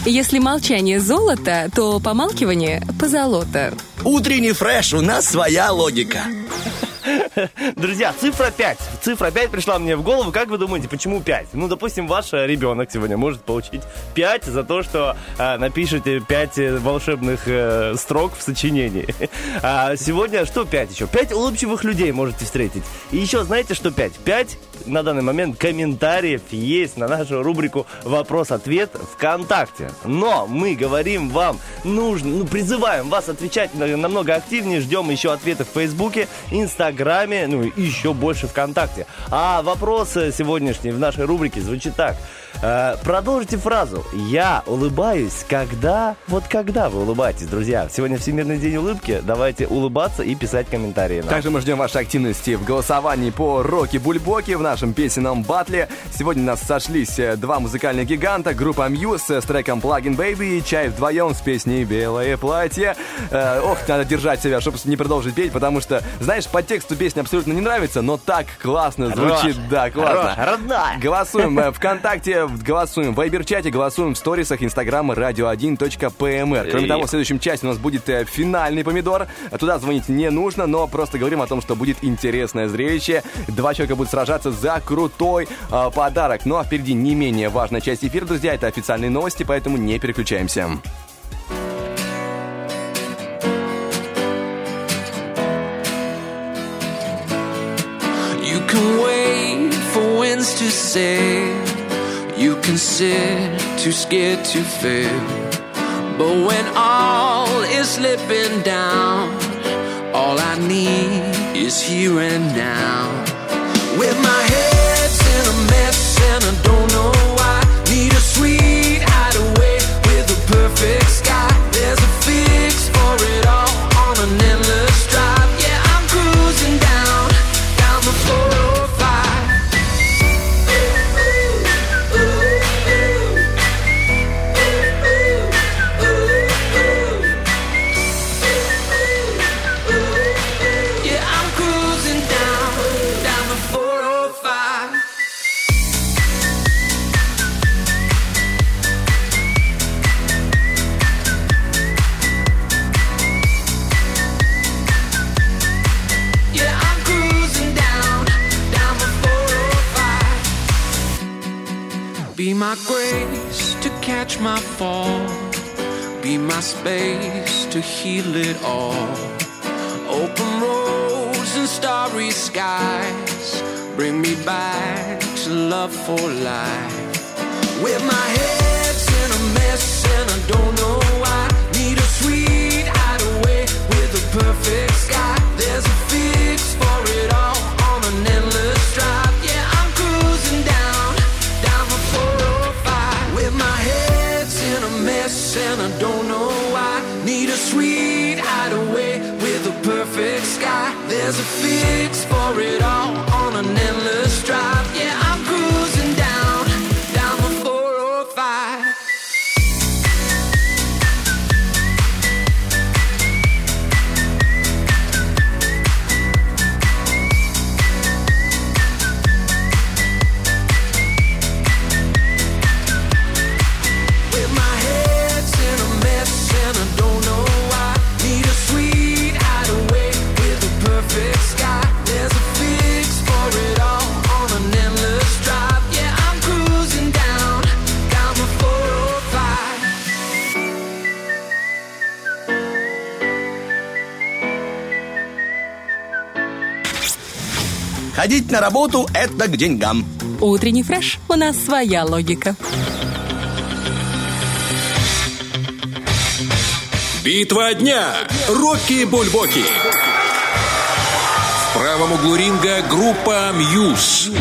Если молчание золото, то помалкивание позолото. Утренний фреш, у нас своя логика. Друзья, цифра пять. Цифра пять пришла мне в голову. Как вы думаете, почему пять? Ну, допустим, ваш ребенок сегодня может получить пять за то, что э, напишете пять волшебных э, строк в сочинении. А сегодня что пять еще? пять улыбчивых людей можете встретить. И еще знаете, что пять? пять на данный момент комментариев есть на нашу рубрику «Вопрос-ответ» ВКонтакте. Но мы говорим вам, нужно, ну, призываем вас отвечать намного активнее. Ждем еще ответы в Фейсбуке, Инстаграме, ну и еще больше ВКонтакте. А вопрос сегодняшний в нашей рубрике звучит так. Э, продолжите фразу «Я улыбаюсь, когда...» Вот когда вы улыбаетесь, друзья? Сегодня Всемирный день улыбки. Давайте улыбаться и писать комментарии нам. Также мы ждем вашей активности в голосовании по Роки-Бульбоки в нашем песенном батле. Сегодня у нас сошлись два музыкальных гиганта, группа Muse с треком Plug-in Baby и Чай вдвоем с песней «Белое платье». Э, ох, надо держать себя, чтобы не продолжить петь, потому что, знаешь, по тексту песня абсолютно не нравится, но так классно звучит. Хорош, да, классно. Хорош, родная. Голосуем э, ВКонтакте, голосуем в Вайбер-чате, голосуем в сторисах Инстаграма радио один точка пи эм эр. Кроме того, в следующем часе у нас будет э, финальный помидор. Туда звонить не нужно, но просто говорим о том, что будет интересное зрелище. Два человека будут сражаться за крутой э, подарок. Ну а впереди не менее важная часть эфира, друзья. Это официальные новости, поэтому не переключаемся. You can wait for winds to sail. You can sit too scared to fail. But when all is slipping down, all I need is here and now. With my head's in a mess and I don't know why. Need a sweet hideaway with a perfect sky. There's a fix for it all on an endless drive. Yeah, I'm cruising down, down the four oh five. Be my grace to catch my fall. Be my space to heal it all. Open roads and starry skies. Bring me back to love for life. With my head's in a mess and I don't know why. Need a sweet hideaway with a perfect sky. There's a fix for it all on an endless drive. Yeah, I'm cruising down, down the four oh five. With my head's in a mess and I don't know why. Need a sweet hideaway with a perfect sky. There's a fix for it all on an endless drive. Yeah, I'm cruising down, down the four oh five. Ходить на работу – это к деньгам. Утренний фреш. У нас своя логика. Битва дня. Роки-Бульбоки. В правом углу ринга группа Muse.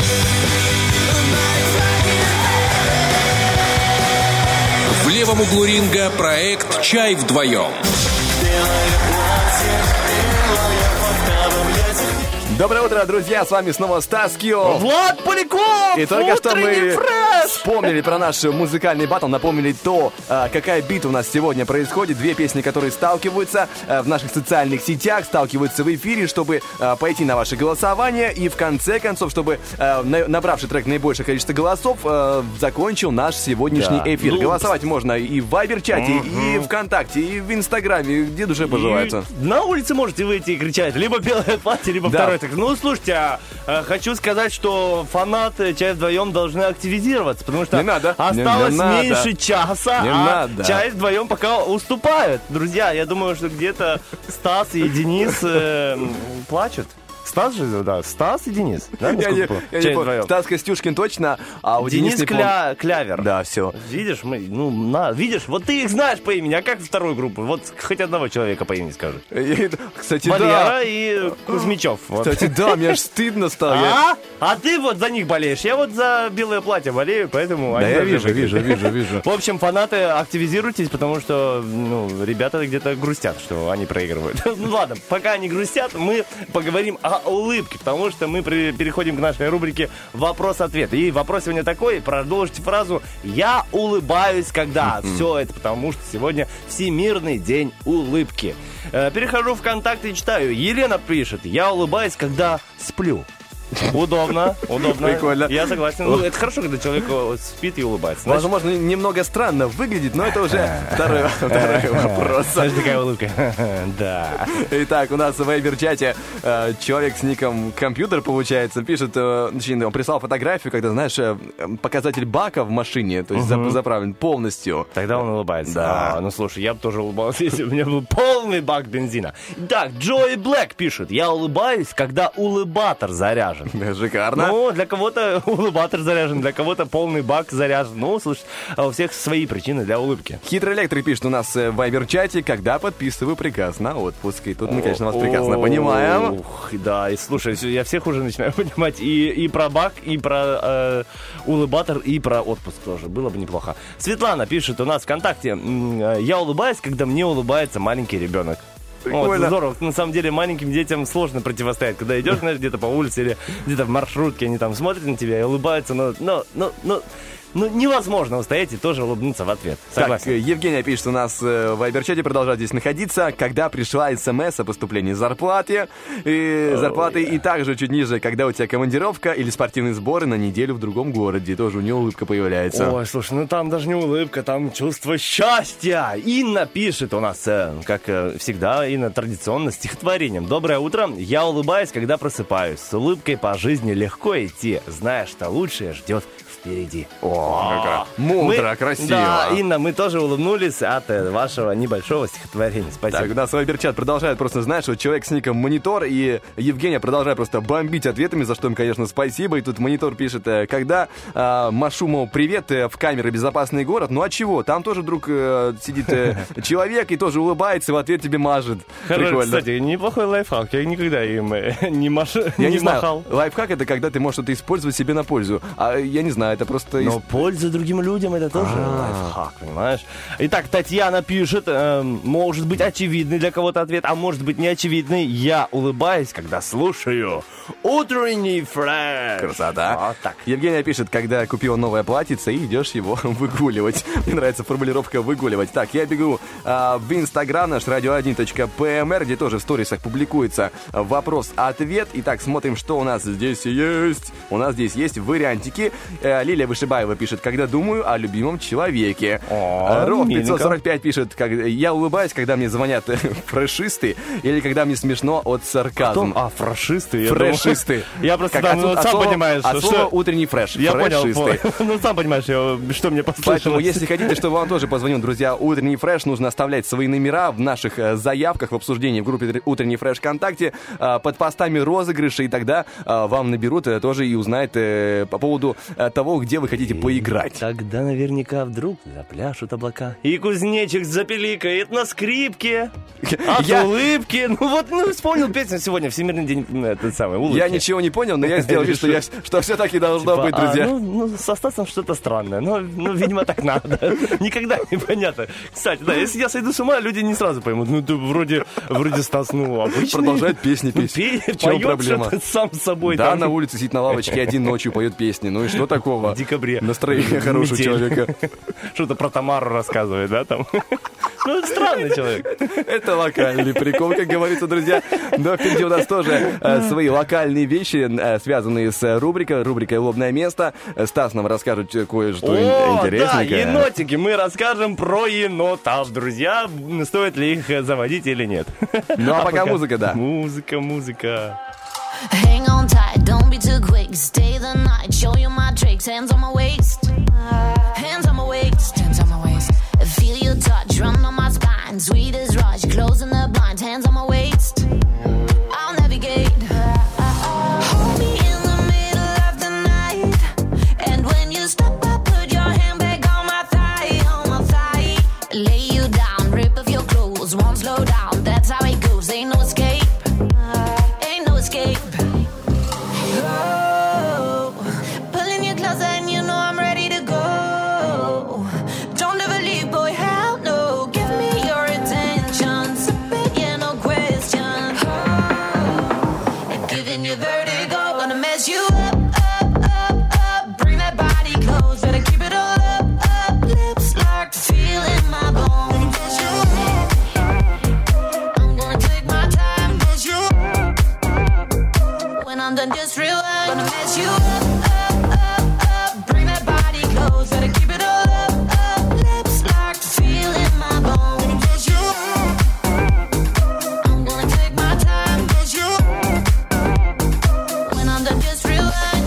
В левом углу ринга проект «Чай вдвоем». Доброе утро, друзья, с вами снова Стас Кио. Влад Поляков! И только что мы фреш! вспомнили про наш музыкальный баттл, напомнили то, какая битва у нас сегодня происходит. Две песни, которые сталкиваются в наших социальных сетях, сталкиваются в эфире, чтобы пойти на ваше голосование. И в конце концов, чтобы набравший трек наибольшее количество голосов, закончил наш сегодняшний Да. эфир. Ну, Голосовать можно и в Вайбер-чате, Мгм. и ВКонтакте, и в Инстаграме, где душе пожелается. И на улице можете выйти и кричать либо белое платье, либо Да. второй трек. Ну, слушайте, а, а, хочу сказать, что фанаты часть вдвоем должны активизироваться, потому что Не надо. осталось Не- не надо. меньше часа, Не а надо. часть вдвоем пока уступают. Друзья, я думаю, что где-то Стас и Денис э, м, плачут. Стас же, да, Стас и Денис. Да, Я насколько не, помню? я не Часть помню. вдвоем. Стас Костюшкин точно, а у Денис Дениса не Кля- Клявер. Да, все. Видишь, мы, ну, на, видишь, вот ты их знаешь по имени, а как вторую группу? Вот хоть одного человека по имени скажи. Кстати, Валера да. и Кузьмичев. Вот. Кстати, да, мне аж стыдно стало. Я- А? А ты вот за них болеешь. Я вот за белое платье болею, поэтому... Да, они я должны вижу, выиграть. вижу, вижу, вижу. В общем, фанаты, активизируйтесь, потому что, ну, ребята где-то грустят, что они проигрывают. Ну ладно, пока они грустят, мы поговорим о улыбке, потому что мы при- переходим к нашей рубрике «Вопрос-ответ». И вопрос сегодня такой, продолжите фразу «Я улыбаюсь, когда». Все это потому, что сегодня Всемирный день улыбки. Э, Перехожу в ВКонтакте и читаю. Елена пишет «Я улыбаюсь, когда сплю». Удобно, удобно. Прикольно. Я согласен. Ну, это хорошо, когда человек э, спит и улыбается. Значит, Возможно, немного странно выглядит, но это уже второй, второй вопрос. знаешь, такая улыбка. Да. Итак, у нас в Вайбер-чате э, человек с ником «Компьютер», получается, пишет, э, точнее, он прислал фотографию, когда, знаешь, э, показатель бака в машине, то есть зап- заправлен полностью. Тогда он улыбается. Да. А, ну, слушай, я бы тоже улыбался, если бы у меня был полный бак бензина. Так, Джои Блэк пишет. Я улыбаюсь, когда улыбатор заряжен. Шикарно. Ну, для кого-то улыбатор заряжен, для кого-то полный бак заряжен. Ну, слушай, а у всех свои причины для улыбки. Хитрый электрик пишет у нас э, в Вайбер-чате, когда подписываю приказ на отпуск. И тут мы, конечно, вас прекрасно понимаем. Ух, да, и слушай, всё, я всех уже начинаю понимать. И, и про бак, и про э, улыбатор, и про отпуск тоже. Было бы неплохо. Светлана пишет у нас ВКонтакте. м, э, Я улыбаюсь, когда мне улыбается маленький ребенок. Вот, Прикольно. здорово. На самом деле маленьким детям сложно противостоять. Когда идешь, знаешь, где-то по улице или где-то в маршрутке, они там смотрят на тебя и улыбаются, но, но, но, но, ну, невозможно устоять и тоже улыбнуться в ответ. Согласен. Так, э, Евгения пишет у нас э, в Вайбер-чате, продолжает здесь находиться, когда пришла смс о поступлении зарплаты, и зарплаты, и также чуть ниже, когда у тебя командировка или спортивные сборы на неделю в другом городе, тоже у нее улыбка появляется. Ой, слушай, ну там даже не улыбка, там чувство счастья. Инна пишет у нас, э, как э, всегда, Инна традиционно стихотворением. Доброе утро, я улыбаюсь, когда просыпаюсь. С улыбкой по жизни легко идти, зная, что лучшее ждет впереди. О, как мудро, Мы- красиво. Да, Инна, мы тоже улыбнулись от э, вашего небольшого стихотворения. Спасибо. Так, у нас Вайбер-чат продолжает просто, знаешь, вот человек с ником Монитор, и Евгения продолжает просто бомбить ответами, за что им, конечно, спасибо. И тут Монитор пишет, э, когда э, машу, мол, привет, э, в камеры «Безопасный город», ну а чего? Там тоже вдруг э, сидит э, человек и тоже улыбается, в ответ тебе мажет. Хорошо, Прикольно. кстати, неплохой лайфхак. Я никогда им э, не, маш... Я не, не знаю, махал. лайфхак — это когда ты можешь что-то использовать себе на пользу. А я не знаю, это просто... Но из- польза другим людям — это тоже лайфхак, понимаешь? Итак, Татьяна пишет, э, может быть очевидный для кого-то ответ, а может быть не очевидный. Я улыбаюсь, когда слушаю утренний фреш. Красота. Вот так. Евгения пишет, когда купила новое платьице и идешь его выгуливать. Мне нравится формулировка «выгуливать». Так, я бегу а, в Инстаграм наш радио один точка пи эм эр, где тоже в сторисах публикуется вопрос-ответ. Итак, смотрим, что у нас здесь есть. У нас здесь есть вариантики. Э, Лилия Вышибаева пишет, когда думаю о любимом человеке. О, Ров миленько. пятьсот сорок пять пишет, как, я улыбаюсь, когда мне звонят фрешисты или когда мне смешно от сарказма. А, фрешисты? Я Фрешисты. думал- Я просто Как там, от- ну, от сам слова- понимаешь, от что- слова утренний фреш. Я понял, Фрешисты. по- ну сам понимаешь, я- что мне послышалось. Поэтому, если хотите, чтобы вам тоже позвонил, друзья, утренний фреш, нужно оставлять свои номера в наших э, заявках в обсуждении в группе утренний фреш ВКонтакте э, под постами розыгрыша, и тогда э, вам наберут э, тоже и узнают э, по поводу э, того, того, где вы хотите поиграть. Тогда наверняка вдруг запляшут облака. И кузнечик запеликает на скрипке. От Я- улыбки. Ну вот, ну вспомнил песню сегодня, Всемирный день, ну, этот самый, улыбки. Я ничего не понял, но я сделал вид, что, я, что все так и должно Типа, быть, друзья. а, ну, ну, со Стасом что-то странное. Ну, ну, видимо, так надо. Никогда не понятно. Кстати, да, если я сойду с ума, люди не сразу поймут. Ну, ты вроде, вроде Стас, ну, обычный. Продолжает песни петь. Пе- В чем поет проблема? что-то сам с собой. Да, там. на улице сидит на лавочке один ночью поет песни. Ну и что такого? В декабре. Настроение хорошего Метель. человека. Что-то про Тамару рассказывает, да, там? Ну, это странный человек. Это локальный прикол, как говорится, друзья. Но впереди у нас тоже э, свои локальные вещи, э, связанные с рубрикой, рубрикой «Лобное место». Э, Стас нам расскажет э, кое-что ин- О, да, интересненькое. енотики. Мы расскажем про енотов, друзья. Стоит ли их заводить или нет. Ну, а пока музыка, да. Музыка, музыка. Hang on tight, don't be too quick. Stay the night, show you my tricks. Hands on my waist, hands on my waist, hands on my waist. Feel your touch, run on my spine. Sweet as rush, closing the blinds. Hands on my waist, I'll navigate. Hold me in the middle of the night, and when you stop, I put your hand back on my thigh, on my thigh. Lay you down, rip off your clothes, won't slow down. That's how it goes. Ain't no escape. Ain't no escape. Oh, pulling you closer and you know I'm ready to go. Don't ever leave, boy, hell no. Give me your attention. Sip it, yeah, no question. Oh, giving you vertigo. Gonna mess you up, up, up, up. Bring that body close. Better keep it all up, up. Lips locked, feeling my bones. I'm gonna take my time. When I'm done, just rewind. Gonna mess you up, up, up, up. Bring that body close. Better keep it all up, up. Lips locked, feeling my bones. I'm gonna take my time. When I'm done, just rewind.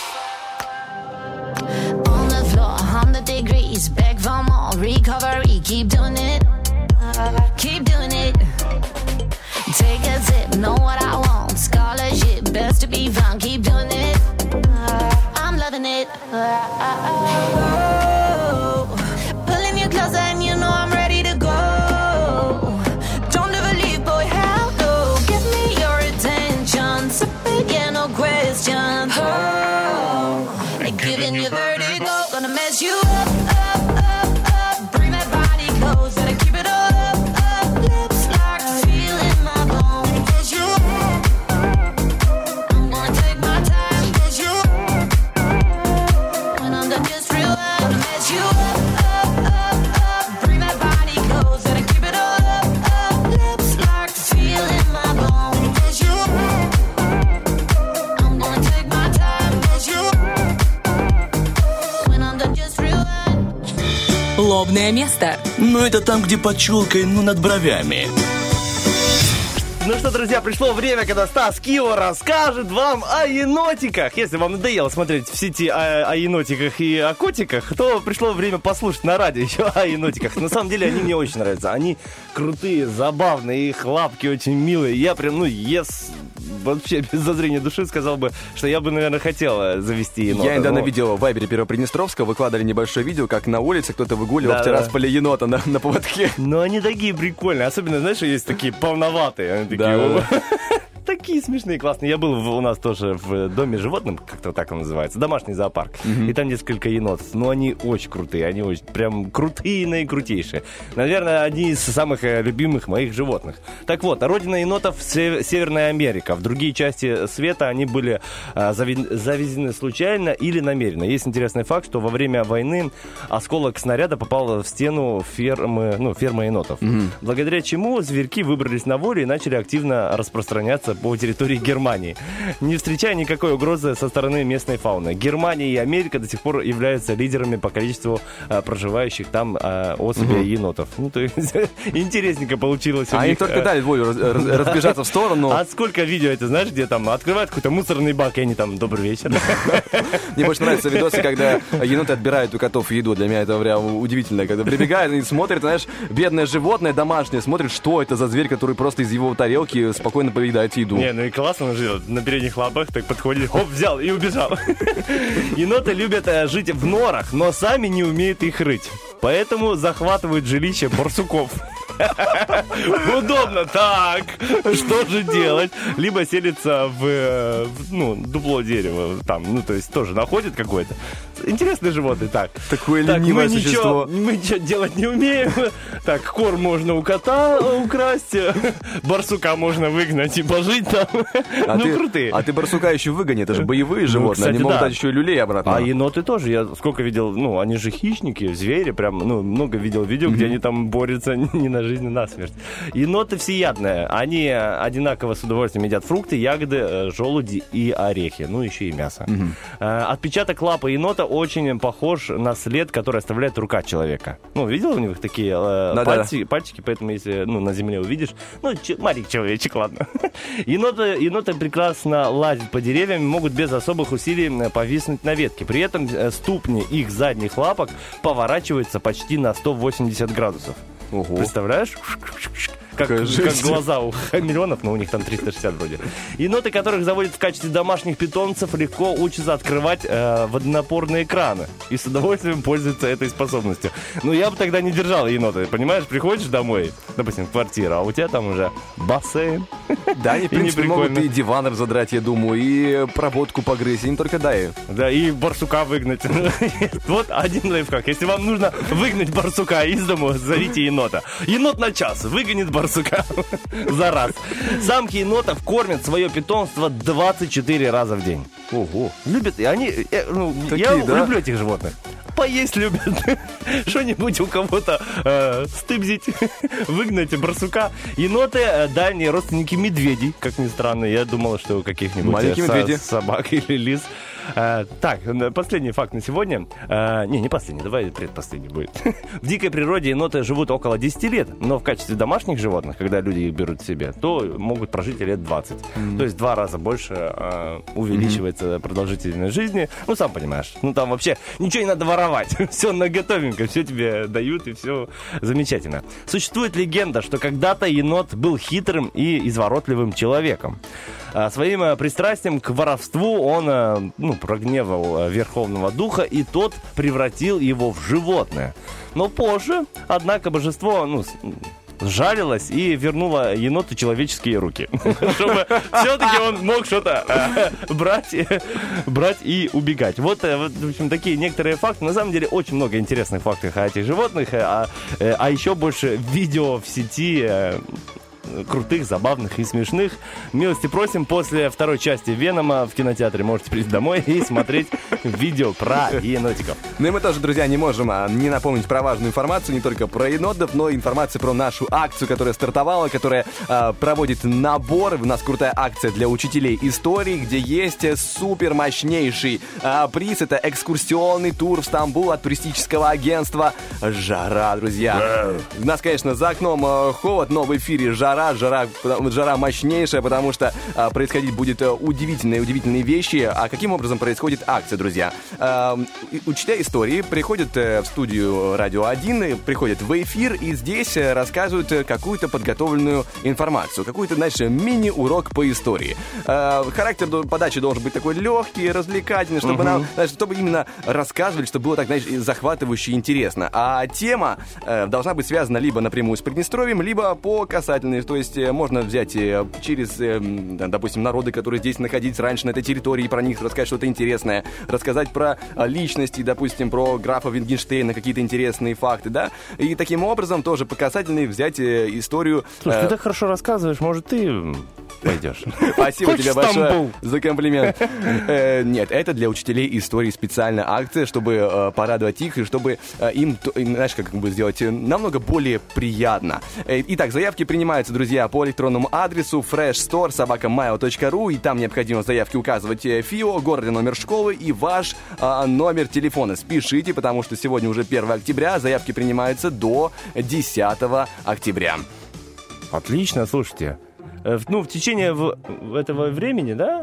On the floor, one hundred degrees. Back for more recovery. Keep doing it. Keep doing it. Take a sip, know what I want. Scholarship, best to be found. Keep doing it. I'm loving it. Oh, pulling you closer and you know I'm ready to go. Don't ever leave, boy, hell no. Give me your attention. Sip it, yeah, no question. Oh, giving you vertigo. Gonna mess you up, up, up, up. Bring that body close. Better keep it all up, up. Lips locked, feeling my bones. I'm gonna take my time. When I'm done, just rewind. Gonna mess you up, up, up, up. Bring that body close. Better keep it all up, up. Lips locked, feeling my bones. I'm gonna take my time. When I'm done, just rewind. Лобное место. Ну, это там, где под челкой, ну, над бровями. Ну что, друзья, пришло время, когда Стас Кио расскажет вам о енотиках. Если вам надоело смотреть в сети о, о енотиках и о котиках, то пришло время послушать на радио еще о енотиках. На самом деле они мне очень нравятся. Они крутые, забавные, их лапки очень милые. Я прям, ну, ес... Вообще, без зазрения души сказал бы, что я бы, наверное, хотел завести енота. Я недавно но... видел в Вайбере Первоприднестровска, выкладывали небольшое видео, как на улице кто-то выгуливал Да, в да. Тирасполе енота на, на поводке. Но они такие прикольные. Особенно, знаешь, есть такие полноватые. Они такие... Да, да, да. Такие смешные, классные. Я был в- у нас тоже в доме животным, как-то так он называется, домашний зоопарк. И там несколько енотов. Но они очень крутые, они очень прям крутые, наикрутейшие. Наверное, одни из самых э, любимых моих животных. Так вот, родина енотов Сев- Северная Америка. В другие части света они были э, зави- завезены случайно или намеренно. Есть интересный факт, что во время войны осколок снаряда попал в стену фермы, ну, фермы енотов. Благодаря чему зверьки выбрались на волю и начали активно распространяться по территории Германии, не встречая никакой угрозы со стороны местной фауны. Германия и Америка до сих пор являются лидерами по количеству а, проживающих там а, особей Мгм. енотов. Ну, то есть, интересненько получилось. у А им них, только а. дали волю раз- раз- разбежаться в сторону. А сколько видео, это знаешь, где там открывают какой-то мусорный бак, и они там, добрый вечер. Мне больше нравятся видосы, когда еноты отбирают у котов еду. Для меня это прям удивительно. Когда прибегают и смотрят, знаешь, бедное животное домашнее, смотрит, что это за зверь, который просто из его тарелки спокойно поедает еду. внизу. Не, ну и классно он живет. На передних лапах так подходит, хоп, взял и убежал. Еноты любят э, жить в норах, но сами не умеют их рыть. Поэтому захватывают жилище барсуков. Удобно, так, что же делать? Либо селится в, в ну, дупло дерева, там, ну, то есть тоже находит какое-то. Интересное животное, так. Такое так, ленивое мы существо. Ничего, мы ничего делать не умеем. Так, корм можно у кота украсть, барсука можно выгнать и пожить там. А ну, ты, крутые. А ты барсука еще выгони, это же боевые Ну, животные, кстати, они могут да. дать еще и люлей обратно. А еноты тоже, я сколько видел, ну, они же хищники, звери, прям, ну, много видел видео, mm-hmm. где они там борются не на жизнь, а на смерть. Еноты всеядные, они одинаково с удовольствием едят фрукты, ягоды, желуди и орехи, ну, еще и мясо. Mm-hmm. Отпечаток лапы енота очень похож на след, который оставляет рука человека. Ну, видел у них такие э, пальцы, пальчики, поэтому если, ну, на земле увидишь, ну, ч- маленький человечек, ладно. Еноты, еноты прекрасно лазят по деревьям, могут без особых усилий повиснуть на ветке. При этом ступни их задних лапок поворачиваются почти на сто восемьдесят градусов. Ого. Представляешь? Как, как глаза у хамелеонов, но у них там триста шестьдесят вроде. Еноты, которых заводят в качестве домашних питомцев, легко учатся открывать э, водонапорные краны. И с удовольствием пользуются этой способностью. Ну, я бы тогда не держал енота. Понимаешь, приходишь домой, допустим, в квартиру, а у тебя там уже бассейн. Да, они, в принципе, могут и диван разодрать, я думаю, и проводку погрызть, им только дай. Да, и барсука выгнать. Вот один лайфхак. Если вам нужно выгнать барсука из дома, зовите енота. Енот на час выгонит барсука за раз. Самки енотов кормят свое питомство двадцать четыре раза в день. Ого. Любят, и они, э, ну, Такие, я да? люблю этих животных. Поесть любят. Что-нибудь у кого-то э, стыбзить, выгнать барсука. Еноты э, дальние родственники медведей, как ни странно. Я думал, что у каких-нибудь маленькие со- медведи. собак или лис. А, так, последний факт на сегодня. А, не, не последний, давай предпоследний будет. В дикой природе еноты живут около десять лет, но в качестве домашних животных, когда люди их берут себе, то могут прожить лет двадцать. Mm-hmm. То есть в два раза больше а, увеличивается mm-hmm. продолжительность жизни. Ну, сам понимаешь, ну там вообще ничего не надо воровать. Все наготовенько, все тебе дают, и все замечательно. Существует легенда, что когда-то енот был хитрым и изворотливым человеком. А, своим а, пристрастием к воровству он а, ну, прогневал Верховного Духа, и тот превратил его в животное. Но позже, однако, божество, ну, сжалилось и вернуло еноту человеческие руки. Чтобы все-таки он мог что-то брать, брать и убегать. Вот, в общем, такие некоторые факты. На самом деле, очень много интересных фактов о этих животных, а, а еще больше видео в сети крутых, забавных и смешных. Милости просим, после второй части Венома в кинотеатре можете прийти домой и смотреть видео про енотиков. Ну и мы тоже, друзья, не можем а, не напомнить про важную информацию, не только про енотов, но и информацию про нашу акцию, которая стартовала, которая а, проводит набор. У нас крутая акция для учителей истории, где есть супер мощнейший а, приз. Это экскурсионный тур в Стамбул от туристического агентства «Жара», друзья. У нас, конечно, за окном а, холод, но в эфире «Жара». Жара, жара мощнейшая, потому что а, происходить будет а, удивительные, удивительные вещи. А каким образом происходит акция, друзья? А, учителя истории приходят а, в студию Радио один, приходят в эфир и здесь а, рассказывают а, какую-то подготовленную информацию, какой-то, знаешь, мини-урок по истории. А, характер подачи должен быть такой легкий, развлекательный, чтобы, uh-huh. нам, знаешь, чтобы именно рассказывали, чтобы было так, знаешь, захватывающе и интересно. А тема а, должна быть связана либо напрямую с Приднестровьем, либо по касательной. То есть можно взять через, допустим, народы, которые здесь находились раньше на этой территории, про них рассказать что-то интересное, рассказать про личности, допустим, про графа Вингенштейна, какие-то интересные факты, да, и таким образом тоже по касательной взять историю. Слушай, ты так хорошо рассказываешь, может, ты пойдешь? Спасибо тебе большое за комплимент. Нет, это для учителей истории специальная акция, чтобы порадовать их и чтобы им, знаешь, как бы сделать намного более приятно. Итак, заявки принимаются, друзья, по электронному адресу freshstore собака mail точка ру, и там необходимо в заявке указывать ФИО, город и номер школы и ваш а, номер телефона. Спешите, потому что сегодня уже первое октября, заявки принимаются до десятого октября. Отлично, слушайте. Ну, в течение в... этого времени, да,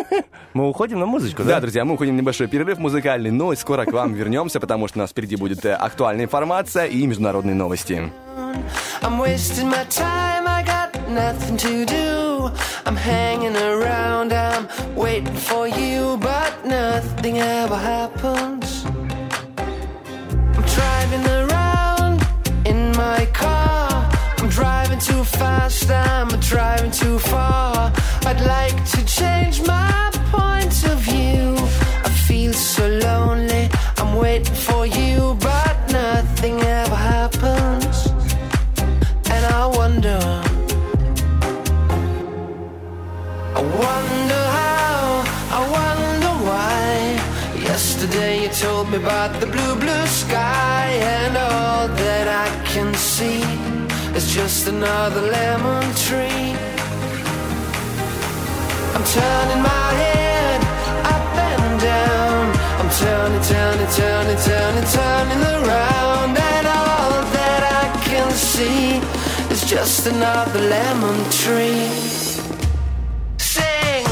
мы уходим на музычку, да? Да, друзья, мы уходим в небольшой перерыв музыкальный, но скоро к вам вернемся, потому что у нас впереди будет актуальная информация и международные новости. I'm wasting my time, I got nothing to do. I'm hanging around, I'm waiting for you, but nothing ever happens. I'm driving around in my car. I'm driving too fast, I'm driving too far. I'd like to change my point of view. I feel so lonely, I'm waiting for you, but nothing ever happens. And I wonder, I wonder how, I wonder why. Yesterday you told me about the blue, blue sky, and all that I can see is just another lemon tree. I'm turning my head up and down. I'm turning, turning, turning, turning, turning around, and all that I can see is just another lemon tree. Sing.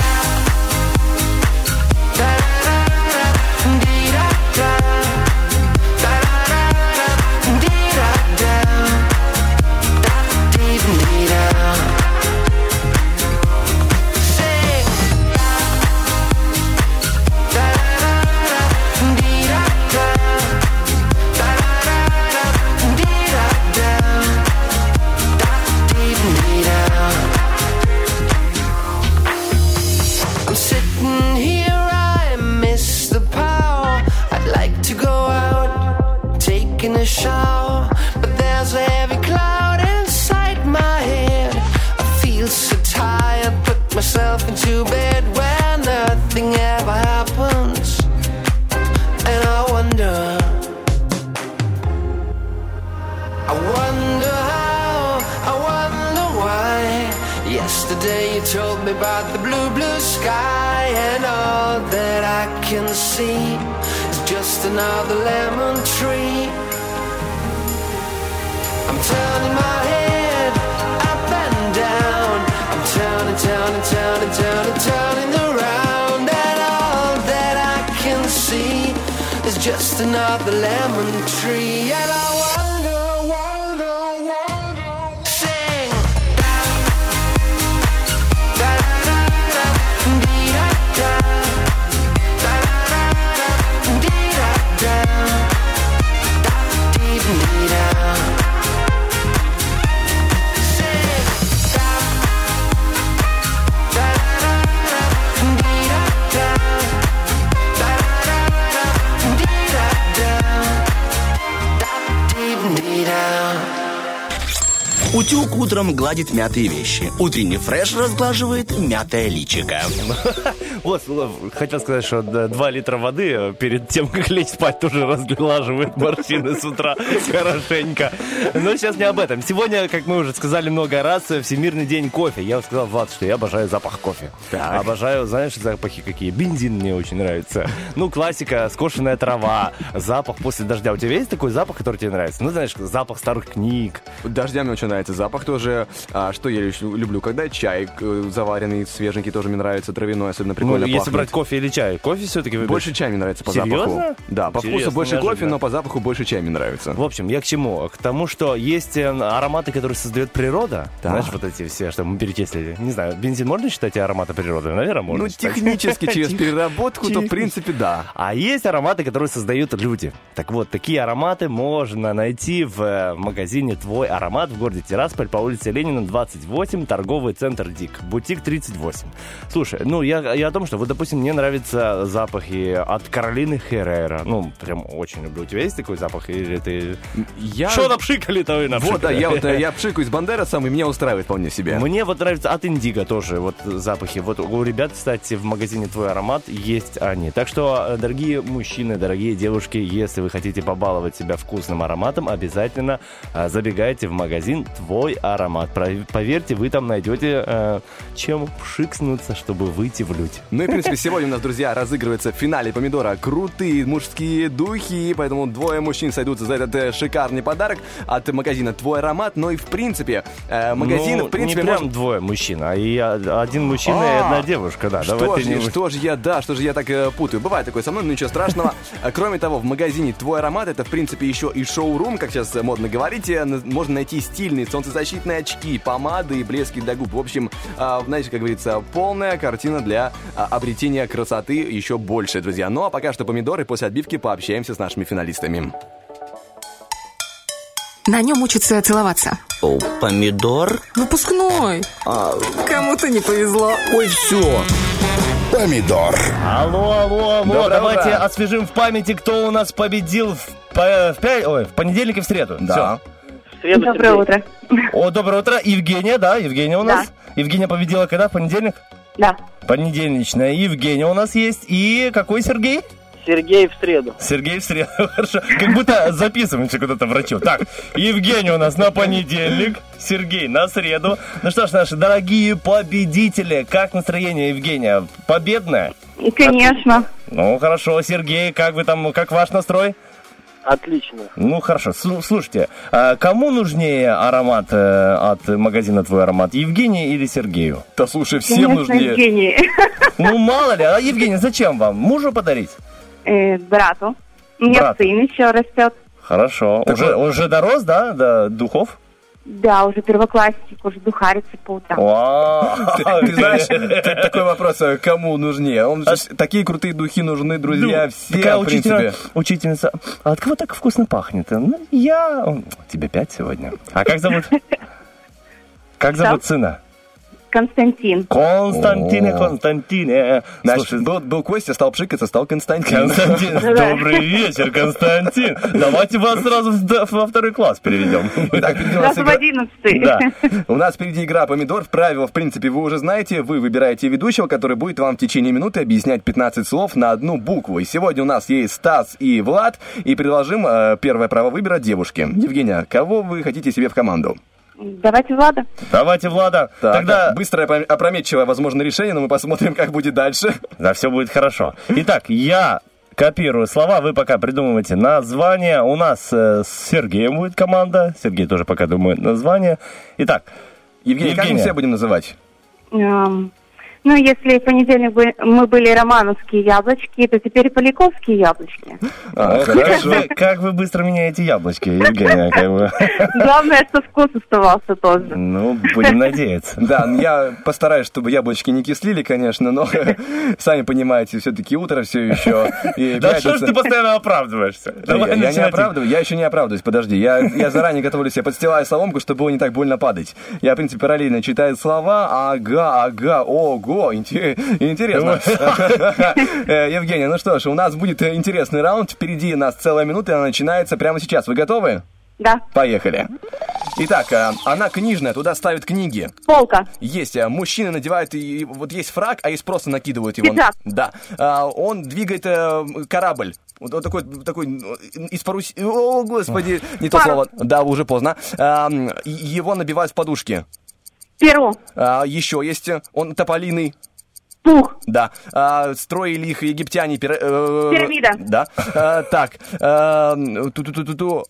Shower, but there's a heavy cloud inside my head. I feel so tired, put myself into bed where nothing ever happens. And I wonder, I wonder how, I wonder why. Yesterday you told me about the blue, blue sky, and all that I can see is just another lemon tree. I'm turning my head up and down. I'm turning, turning, turning, turning, turning around, and all that I can see is just another lemon tree. And I wonder, wonder, wonder. Sing. Утюг утром гладит мятые вещи. Утренний фреш разглаживает мятое личико. Вот, хотел сказать, что два литра воды перед тем, как лечь спать, тоже разглаживает морщины с утра хорошенько. Но сейчас не об этом. Сегодня, как мы уже сказали много раз, Всемирный день кофе. Я сказал, Влад, что я обожаю запах кофе. Так. Обожаю, знаешь, запахи какие? Бензин мне очень нравится. Ну, классика, скошенная трава, запах после дождя. У тебя есть такой запах, который тебе нравится? Ну, знаешь, запах старых книг. Дождя мне очень нравится. Запах тоже. А, что я люблю? Когда чай заваренный, свеженький, тоже мне нравится. Травяной, особенно прикольно. Ну, если пахнет. Брать кофе или чай, кофе все-таки выберешь? Больше чай мне нравится по Серьезно? запаху. Да, по Серьезно? вкусу больше Неожиданно. кофе, но по запаху больше чай мне нравится. В общем, я к чему? К тому, что есть ароматы, которые создает природа. Да. Знаешь, вот эти все, что мы перечислили. Не знаю, бензин можно считать ароматом природы? Наверное, можно. Ну, считать. технически через переработку, то в принципе да. А есть ароматы, которые создают люди. Так вот, такие ароматы можно найти в магазине «Твой аромат» в городе Тирасполь по улице Ленина, двадцать восемь, торговый центр «Дик», бутик тридцать восемь. Слушай, ну, я, я о том, что, вот, допустим, мне нравятся запахи от Каролины Херрера. Ну, прям очень люблю. У тебя есть такой запах? Или ты... Я... Что напшикали, то и напшикали. Вот, да, я, вот, я пшикаю из Бандерасом, и меня устраивает вполне себе. Мне вот нравится от Индиго тоже вот запахи. Вот у ребят, кстати, в магазине «Твой аромат» есть они. Так что, дорогие мужчины, дорогие девушки, если вы хотите побаловать себя вкусным ароматом, обязательно забегайте в магазин «Твой аромат». Поверьте, вы там найдете э, чем пшикнуться, чтобы выйти в людь. Ну и, в принципе, сегодня у нас, друзья, разыгрывается в финале помидора крутые мужские духи, поэтому двое мужчин сойдутся за этот э, шикарный подарок от магазина «Твой аромат». Но и, в принципе, э, магазин, ну, в принципе... не прям может... двое мужчин, а и один мужчина А-а-а. и одна девушка, да. Что же, не... что же я, да, что же я так э, путаю. Бывает такое со мной, но ничего страшного. Кроме того, в магазине «Твой аромат» это, в принципе, еще и шоу-рум, как сейчас модно говорить. Можно найти стильные кремы, солнцезащитные очки, помады и блески для губ. В общем, а, знаете, как говорится, полная картина для а, обретения красоты еще больше, друзья. Ну, а пока что помидоры, после отбивки пообщаемся с нашими финалистами. На нем учатся целоваться. О, помидор? Выпускной. А... Кому-то не повезло. Ой, все. Помидор. Алло, алло, алло. Доброе Давайте утро. освежим в памяти, кто у нас победил в, по- в, пя- ой, в понедельник и в среду. Да. Всё. Доброе утро. О, доброе утро. Евгения, да, Евгения у нас. Евгения победила когда? В понедельник? Да. Понедельничная. Евгения у нас есть. И какой Сергей? Сергей в среду. Сергей в среду. Хорошо. Как будто записываемся куда-то врачу. Так, Евгений у нас на понедельник, Сергей на среду. Ну что ж, наши дорогие победители, как настроение, Евгения? Победное? Конечно. Ну, хорошо. Сергей, как вы там, как ваш настрой? Отлично. Ну, хорошо. С- Слушайте, а кому нужнее аромат э, от магазина «Твой аромат»? Евгении или Сергею? Да слушай, всем Конечно, нужнее. Евгений. Ну, мало ли. А, Евгений, зачем вам? Мужу подарить? Э, Брату. У меня Брату. сын еще растет. Хорошо. Так Уже, вот- уже дорос, да, до духов? Да, уже первоклассник, уже духарится по утрам. Ты, ты знаешь, т- такой вопрос, а кому нужнее? Он же с- такие крутые духи нужны, друзья, все, Такая в принципе. учительница, учительница. А от кого так вкусно пахнет? Ну, я... О, тебе пять сегодня. А как зовут? Как Что? зовут сына? Константин. Константине, О. Константине. Значит, Слушай, был, был Костя, стал пшикаться, стал Константин. Константин, добрый вечер, Константин. Давайте вас сразу в- во второй класс переведем. Итак, впереди у нас Сразу в игра- одиннадцатый. Да. У нас впереди игра «Помидор». Правила, в принципе, вы уже знаете. Вы выбираете ведущего, который будет вам в течение минуты объяснять пятнадцать слов на одну букву. И сегодня у нас есть Стас и Влад. И предложим э, первое право выбора девушке. Евгения, кого вы хотите себе в команду? Давайте Влада. Давайте, Влада. Так, Тогда... быстрое, опром- опрометчивое, возможно, решение, но мы посмотрим, как будет дальше. Да, все будет хорошо. Итак, я копирую слова, вы пока придумываете название. У нас э, с Сергеем будет команда. Сергей тоже пока думает название. Итак, Евгений, как мы Евгения. себя будем называть? Эм, Ну, если в понедельник бы- мы были романовские яблочки, то теперь поляковские яблочки. А, Ох, как, вы, как вы быстро меняете яблочки, Евгения, как бы. Главное, что вкус оставался тоже. Ну, будем надеяться. Да, я постараюсь, чтобы яблочки не кислили, конечно, но сами понимаете, все-таки утро все еще. И Да что ж пятница. ты постоянно оправдываешься? Я, Давай я не начинать. оправдываю, я еще не оправдываюсь, подожди. Я, я заранее готовлю себе, подстилаю соломку, чтобы было не так больно падать. Я, в принципе, параллельно читаю слова. Ага, ага, ого, инте- интересно. Э, Евгения, ну что ж, у нас будет интересный раунд. Впереди нас целая минута, и она начинается прямо сейчас. Вы готовы? Да. Поехали. Итак, э, она книжная, туда ставят книги. Полка. Есть, э, мужчины надевают, и, и вот есть фрак, а есть просто накидывают его. Пиджак. Да. А, он двигает э, корабль. Вот, вот такой, такой, э, из парус... О, господи, не то Парус. слово. Да, уже поздно. А, м, и- его набивают в подушки. Перо. А, еще есть, э, он тополиный. Пух. Да. А, строили их египтяне. пира- э, Пирамида. Да. А, так. а, ту-ту-ту-ту-ту.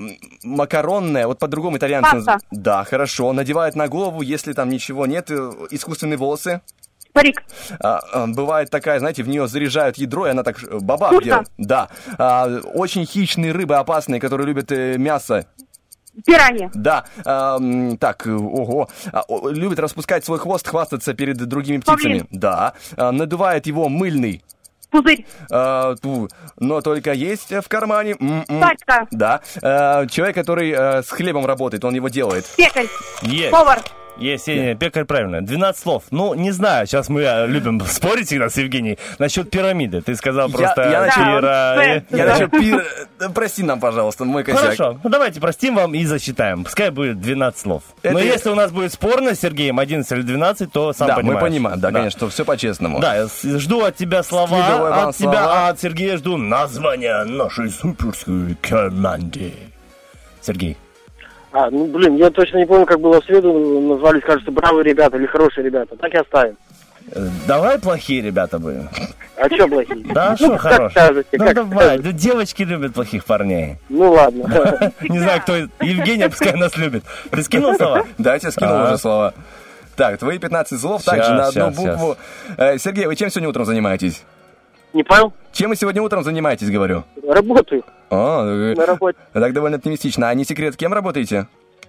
Макаронная. Вот по-другому итальянцы. Паста. наз- Да, хорошо. Надевают на голову, если там ничего нет. э, Искусственные волосы. Парик. А, а, бывает такая, знаете, в нее заряжают ядро, и она так ш- бабах Пушка. делает. Да. А, очень хищные рыбы, опасные, которые любят э, мясо. Пиранья. Да. А, м, так, э, ого. А, о, любит распускать свой хвост, хвастаться перед другими птицами. Павлин. Да. А, надувает его мыльный. Пузырь. А, ту, но только есть в кармане. М-м. Тачка. Да. А, человек, который э, с хлебом работает, он его делает. Пекарь. Есть. Повар. Есть, Евгений, пекарь правильно. двенадцать слов. Ну, не знаю, сейчас мы э, любим спорить всегда с Евгенией насчет пирамиды. Ты сказал Я- просто я начал- пира- Я начал пир... э, Прости нам, пожалуйста, мой косяк. Хорошо, ну давайте простим вам и засчитаем. Пускай будет двенадцать слов. Это- Но если у нас будет спорно с Сергеем одиннадцать или двенадцать, то сам Да, понимаешь. мы понимаем, да, конечно, все по-честному. Да, я с- жду от тебя слова, Скидываю вам от тебя, слова. а от Сергея жду название нашей суперской команды. Сергей. А, ну, блин, я точно не помню, как было в среду. Назвались, кажется, бравые ребята или хорошие ребята. Так и оставим. Э, Давай плохие ребята будем. А что плохие? Да, Ну, что как хорошие? скажете, Ну как давай, скажете. да девочки любят плохих парней. Ну, ладно. Не знаю, кто... Евгения пускай нас любит. Ты скинул слова? Да, я тебе скинул А. уже слова. Так, твои пятнадцать слов Щас, также на одну щас, букву. Э, Сергей, вы чем сегодня утром занимаетесь? Не понял? Чем вы сегодня утром занимаетесь, говорю? Работаю А, э, на работе. так довольно оптимистично. А не секрет, кем работаете?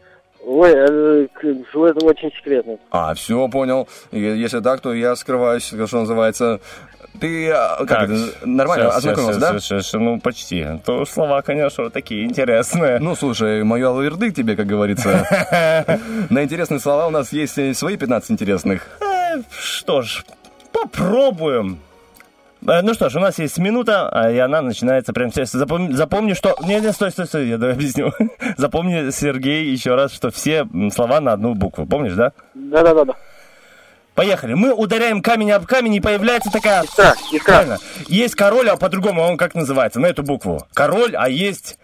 Ой, э, к- это очень секретно. А, все, понял. И Если так, то я скрываюсь, что называется. Ты а, как Так, это, нормально щас, ознакомился, щас, да? щас, щас, щас, ну, почти. То слова, конечно, вот такие интересные. Ну, слушай, мою алаверды тебе, как говорится. На интересные слова у нас есть и свои пятнадцать интересных. Э, Что ж, попробуем. Э, Ну что ж, у нас есть минута, а и она начинается прямо сейчас. Запомни, запомни, что... Не, не, стой, стой, стой, я давай объясню. Запомни, Сергей, еще раз, что все м, слова на одну букву. Помнишь, да? Да-да-да. Поехали. Мы ударяем камень об камень, и появляется такая... Искра, искра. Правильно. Есть король, а по-другому он как называется? На эту букву. Король, а есть...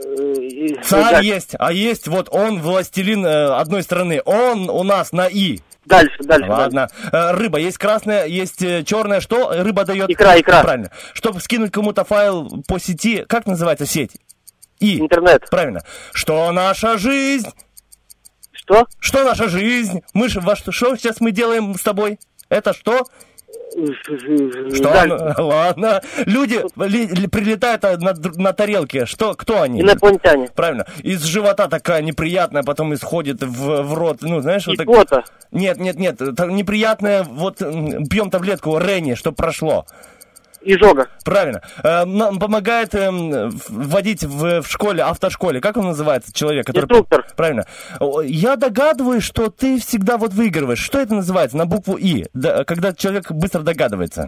Царь есть, а есть вот он властелин э, одной страны. Он у нас на «и». Дальше, дальше. Ладно. Э, Рыба. Есть красная, есть э, черная. Что рыба дает? Икра, икра. Правильно. Чтобы скинуть кому-то файл по сети, как называется сеть? И. Интернет. Правильно. Что наша жизнь? Что? Что наша жизнь? Мы же, во что, что сейчас мы делаем с тобой? Это что? Что? Дальше. Ладно. Люди ли- ли- прилетают а, на, др- на тарелке. Что? Кто они? Инопланетяне. Правильно. Из живота такая неприятная, потом исходит в, в рот. Ну, знаешь, вот так... Икота. Нет, нет, нет. та- Неприятная, вот м, пьем таблетку Ренни, чтобы прошло. Изжога. Правильно. Э, Нам помогает эм, в- вводить в, в школе, автошколе. Как он называется, человек, который... Инструктор. Правильно. О, Я догадываюсь, что ты всегда вот выигрываешь. Что это называется на букву «И», да, когда человек быстро догадывается?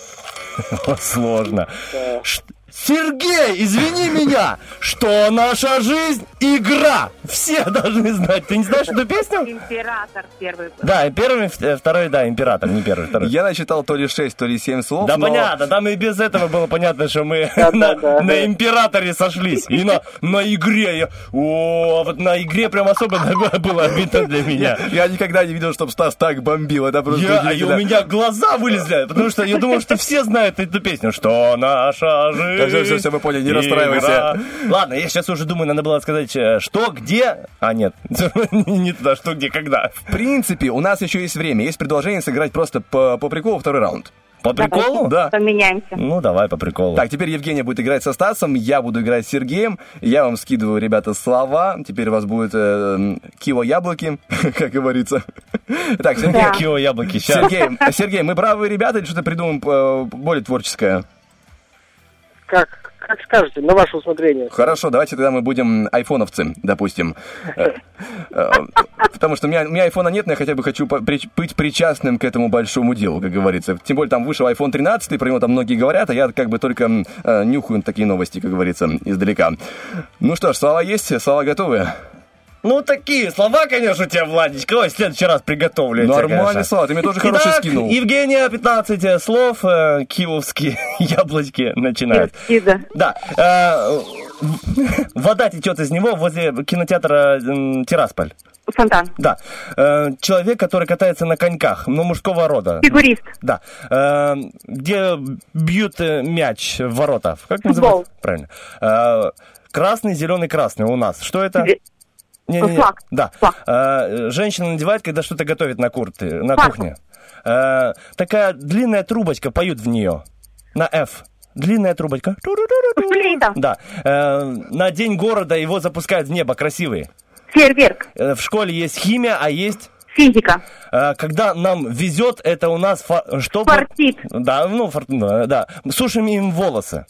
Сложно. Ш- Сергей, извини меня, что наша жизнь — игра. Все должны знать. Ты не знаешь эту песню? Император первый был. Да, первый, в- второй, да, император, не первый, второй. Я насчитал то ли шесть, то ли семь слов. Да но- понятно, там и без этого было понятно, что мы Да, на, да, да. на императоре сошлись. И на, на игре. Я- О, вот на игре прям особо было обидно для меня. Я никогда не видел, чтобы Стас так бомбил. Это просто Я, и удивительно. у меня глаза вылезли, потому что я думал, что все знают эту песню. Что наша жизнь. Так, всё, всё, всё, мы поняли, не игра. расстраивайся. Ладно, я сейчас уже думаю, надо было сказать, э, что, где. А, нет, не туда, что, где, когда. В принципе, у нас еще есть время. Есть предложение сыграть просто по, по приколу второй раунд. По приколу? Да. Поменяемся. Ну, давай по приколу. Так, теперь Евгения будет играть со Стасом, я буду играть с Сергеем. Я вам скидываю, ребята, слова. Теперь у вас будет э, кило яблоки, как говорится. Так, Сергей, Да. Кио яблоки, сейчас. Сергей, Сергей, мы бравые ребята или что-то придумаем э, более творческое? Как, как скажете, на ваше усмотрение. Хорошо, давайте тогда мы будем айфоновцы, допустим. Э, э, Потому что у меня, у меня айфона нет, но я хотя бы хочу по- при- быть причастным к этому большому делу, как говорится. Тем более там вышел айфон тринадцать, про него там многие говорят, а я как бы только м, э, нюхаю такие новости, как говорится, издалека. Ну что ж, слова есть, слова готовы? Ну, такие слова, конечно, у тебя, Владичка. Ой, в следующий раз приготовлю. я тебя, Нормальные конечно. слова, ты мне тоже хорошие Итак, скинул. Евгения, пятнадцать э, слов, э, киевские яблочки начинают. Кида. Да. э, в- Вода течет из него возле кинотеатра м, Тирасполь. Фонтан. Да. Э, Человек, который катается на коньках, но мужского рода. Фигурист. Да. Э, Где бьют э, мяч в ворота. Как Футбол. называется? Правильно. Э, Красный, зеленый, красный у нас. Что это? Ве- Не-не-не. Флаг. Да. Флаг. Э, Женщина надевает, когда что-то готовит на, курте, на Фартук. кухне. Э, Такая длинная трубочка, поют в нее. На F. Длинная трубочка. Флейта. Да. Э, На день города его запускают в небо, красивый. Фейерверк. Э, В школе есть химия, а есть... Физика. Э, Когда нам везет, это у нас... фа- Что? Фартит. Да, ну, фар- да, да. Сушим им волосы.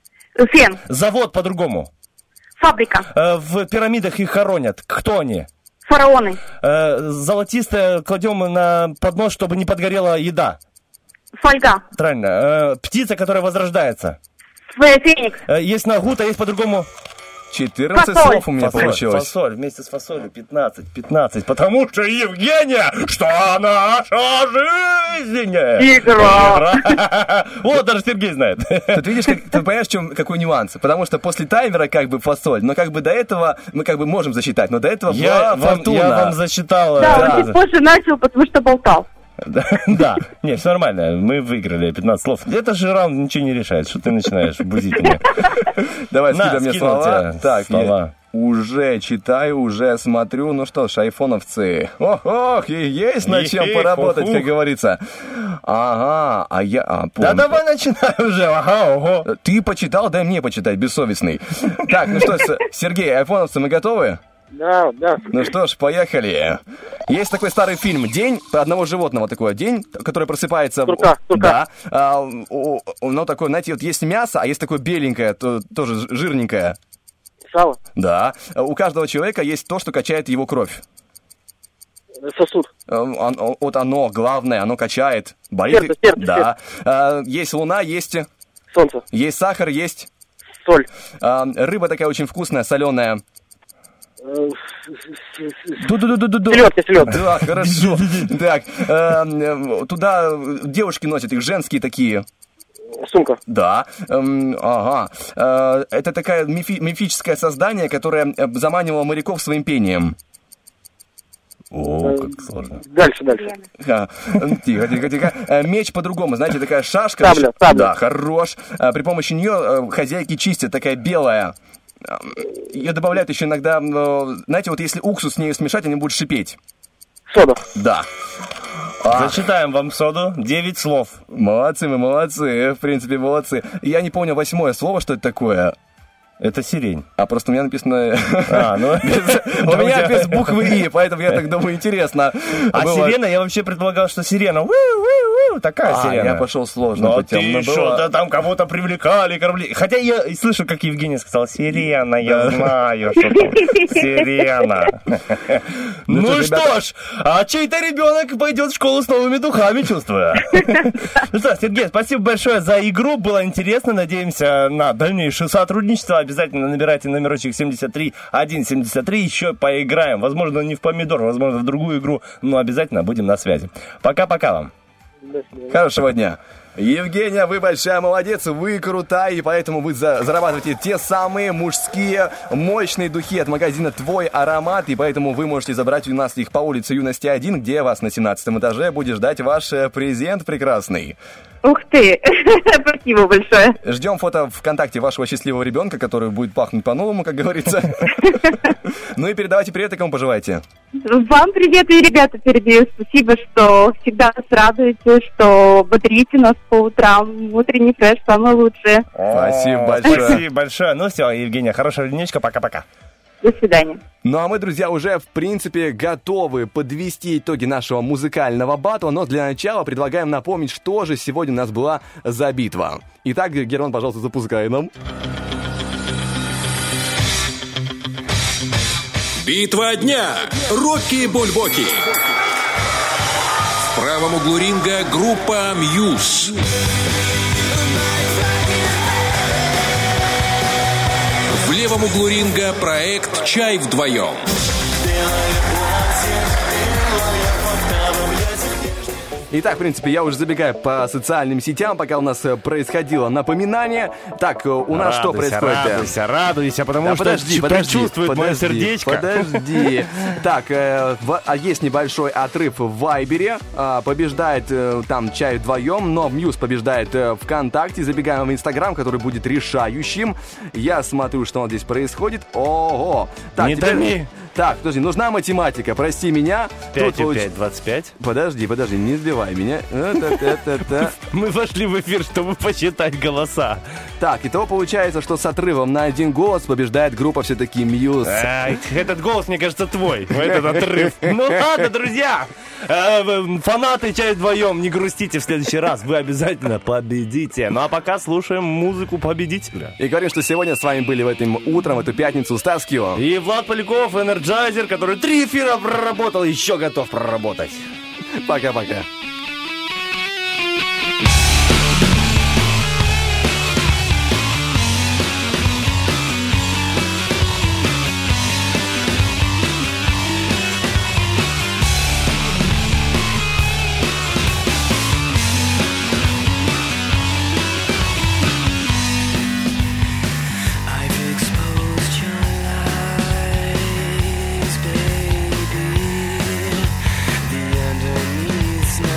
Фен. Завод по-другому. Фабрика. Э, В пирамидах их хоронят. Кто они? Фараоны. Э, Золотистое кладем на поднос, чтобы не подгорела еда. Фольга. Правильно. Э, Птица, которая возрождается. Фе- Феникс. Э, Есть нагута, есть по-другому. четырнадцать Фасоль. слов у меня Фасоль, получилось. Фасоль вместе с фасолью пятнадцать, пятнадцать. Потому что, Евгения, что наша жизнь. Игра. Игра. Вот, даже Сергей знает. Тут видишь, как, ты понимаешь, в чем, какой нюанс? Потому что после таймера как бы фасоль, но как бы до этого мы как бы можем засчитать, но до этого Я была вам, фортуна. я вам засчитал. Да, э, он чуть позже начал, потому что болтал. Да, да. Не, все нормально. Мы выиграли пятнадцать слов. Это же раунд ничего не решает. Что ты начинаешь бузить меня? Давай, На, скидывай мне скинул слова. тебе Так, слова. я уже читаю, уже смотрю. Ну что ж, айфоновцы. Ох, ох, и есть над чем Ихи, поработать, ху-ху. как говорится. Ага, а я... А, Да помню. давай начинай уже. Ага, ого. Ты почитал, дай мне почитать, бессовестный. Так, ну что, с- Сергей, айфоновцы, мы готовы? Да, да. Ну что ж, поехали. Есть такой старый фильм «День» про одного животного такой. День, который просыпается... Сурка, сурка. Да. А, у, у, ну, такое, знаете, вот есть мясо, а есть такое беленькое, то, тоже жирненькое. Сало. Да. У каждого человека есть то, что качает его кровь. Сосуд. Вот оно, главное, оно качает. Болит. Сердце, сердце, да. Сердце. Есть луна, есть... Солнце. Есть сахар, есть... Соль. Рыба такая очень вкусная, соленая. Ду-ду-ду-ду-ду. Селедка, селедка. Да, хорошо. Так, туда девушки носят, их женские такие. Сумка. Да. Ага. Это такое мифическое создание, которое заманивало моряков своим пением. О, как сложно. Дальше, дальше. А, тихо, тихо, тихо. Меч по-другому, знаете, такая шашка. Сабля, сабля. Да, хорош. При помощи нее хозяйки чистят, такая белая. Ее добавляют еще иногда, знаете, вот если уксус с ней смешать, они будут шипеть. Сода. Да. Зачитаем вам соду. Девять слов. Молодцы мы, молодцы. В принципе, молодцы. Я не понял восьмое слово, что это такое. Это сирень. А просто у меня написано... А, ну... У меня без буквы «и», поэтому я так думаю, интересно. А сирена, я вообще предполагал, что сирена. Такая сирена. Я пошел сложно. Но ты что-то там кого-то привлекали, корабли. Хотя я слышу, как Евгений сказал, сирена, я знаю, что там. Сирена. Ну что ж, а чей-то ребенок пойдет в школу с новыми духами, чувствую. Ну что, Сергей, спасибо большое за игру. Было интересно. Надеемся на дальнейшее сотрудничество. Обязательно набирайте номерочек семьдесят три сто семьдесят три, еще поиграем. Возможно, не в помидор, возможно, в другую игру, но обязательно будем на связи. Пока-пока вам. Хорошего дня. Евгения, вы большая молодец, вы крутая, и поэтому вы за- зарабатываете те самые мужские мощные духи от магазина «Твой аромат», и поэтому вы можете забрать у нас их по улице Юности один, где вас на семнадцатом этаже будет ждать ваш презент прекрасный. Ух ты, спасибо большое. Ждем фото ВКонтакте вашего счастливого ребенка, который будет пахнуть по-новому, как говорится. Ну и передавайте привет, и кому пожелаете. Вам привет, и ребята передаю. Спасибо, что всегда нас радуете, что бодрите нас по утрам. Утренний фреш самое лучшее. Спасибо большое. Спасибо большое. Ну все, Евгения, хорошего денечка, пока-пока. До свидания. Ну а мы, друзья, уже, в принципе, готовы подвести итоги нашего музыкального батла, но для начала предлагаем напомнить, что же сегодня у нас была за битва. Итак, Герман, пожалуйста, запускай нам. Битва дня. Рокки Бульбоки. В правом углу ринга группа Мьюз. В левом углу ринга проект «Чай вдвоем». Итак, в принципе, я уже забегаю по социальным сетям, пока у нас происходило напоминание. Так, у нас радуйся, что происходит? Радуйся, радуйся, потому да, что подожди, подожди, чувствует подожди, мое сердечко. Подожди. Так, э, в, а есть небольшой отрыв в Вайбере. Э, побеждает э, там «Чай вдвоем», но Мьюз побеждает э, ВКонтакте. Забегаем в Инстаграм, который будет решающим. Я смотрю, что у нас здесь происходит. Ого! Так, Не теперь... томи. Так, подожди, нужна математика, прости меня. пять Тут и получ- пять, двадцать пять. Подожди, подожди, не сбивай меня. Мы вошли в эфир, чтобы посчитать голоса. Так, итого получается, что с отрывом на один голос побеждает группа все-таки Мьюз. А, этот голос, мне кажется, твой, этот отрыв. Ну ладно, друзья, э, фанаты «Чай вдвоем», не грустите в следующий раз, вы обязательно победите. Ну а пока слушаем музыку победителя. И говорим, что сегодня с вами были в этом утром, в эту пятницу, Стас Кио. И Влад Поляков, Энерджайзер, который три эфира проработал, еще готов проработать. Пока-пока. Underneath now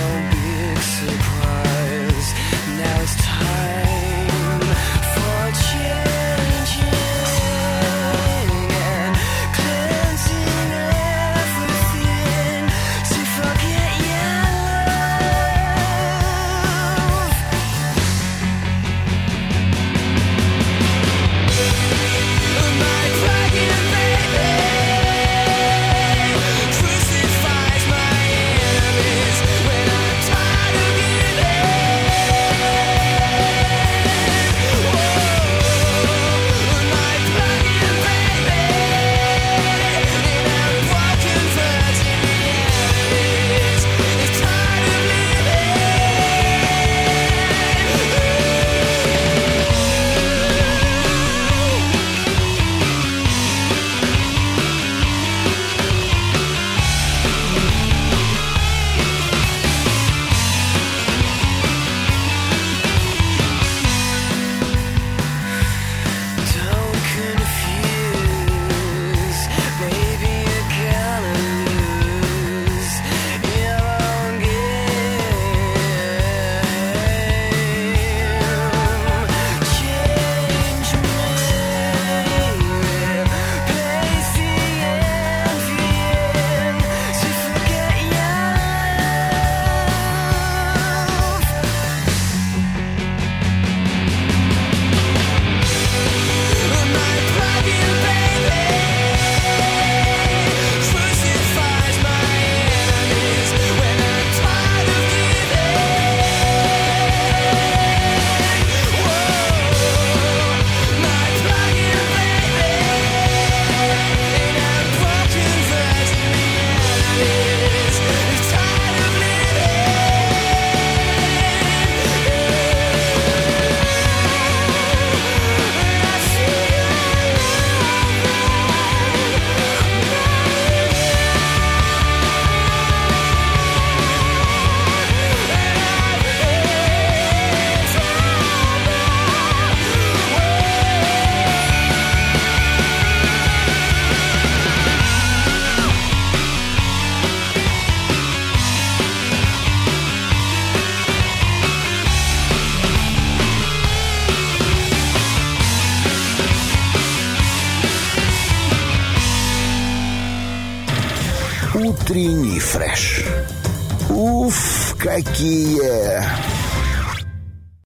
Утренний фреш. Уф, какие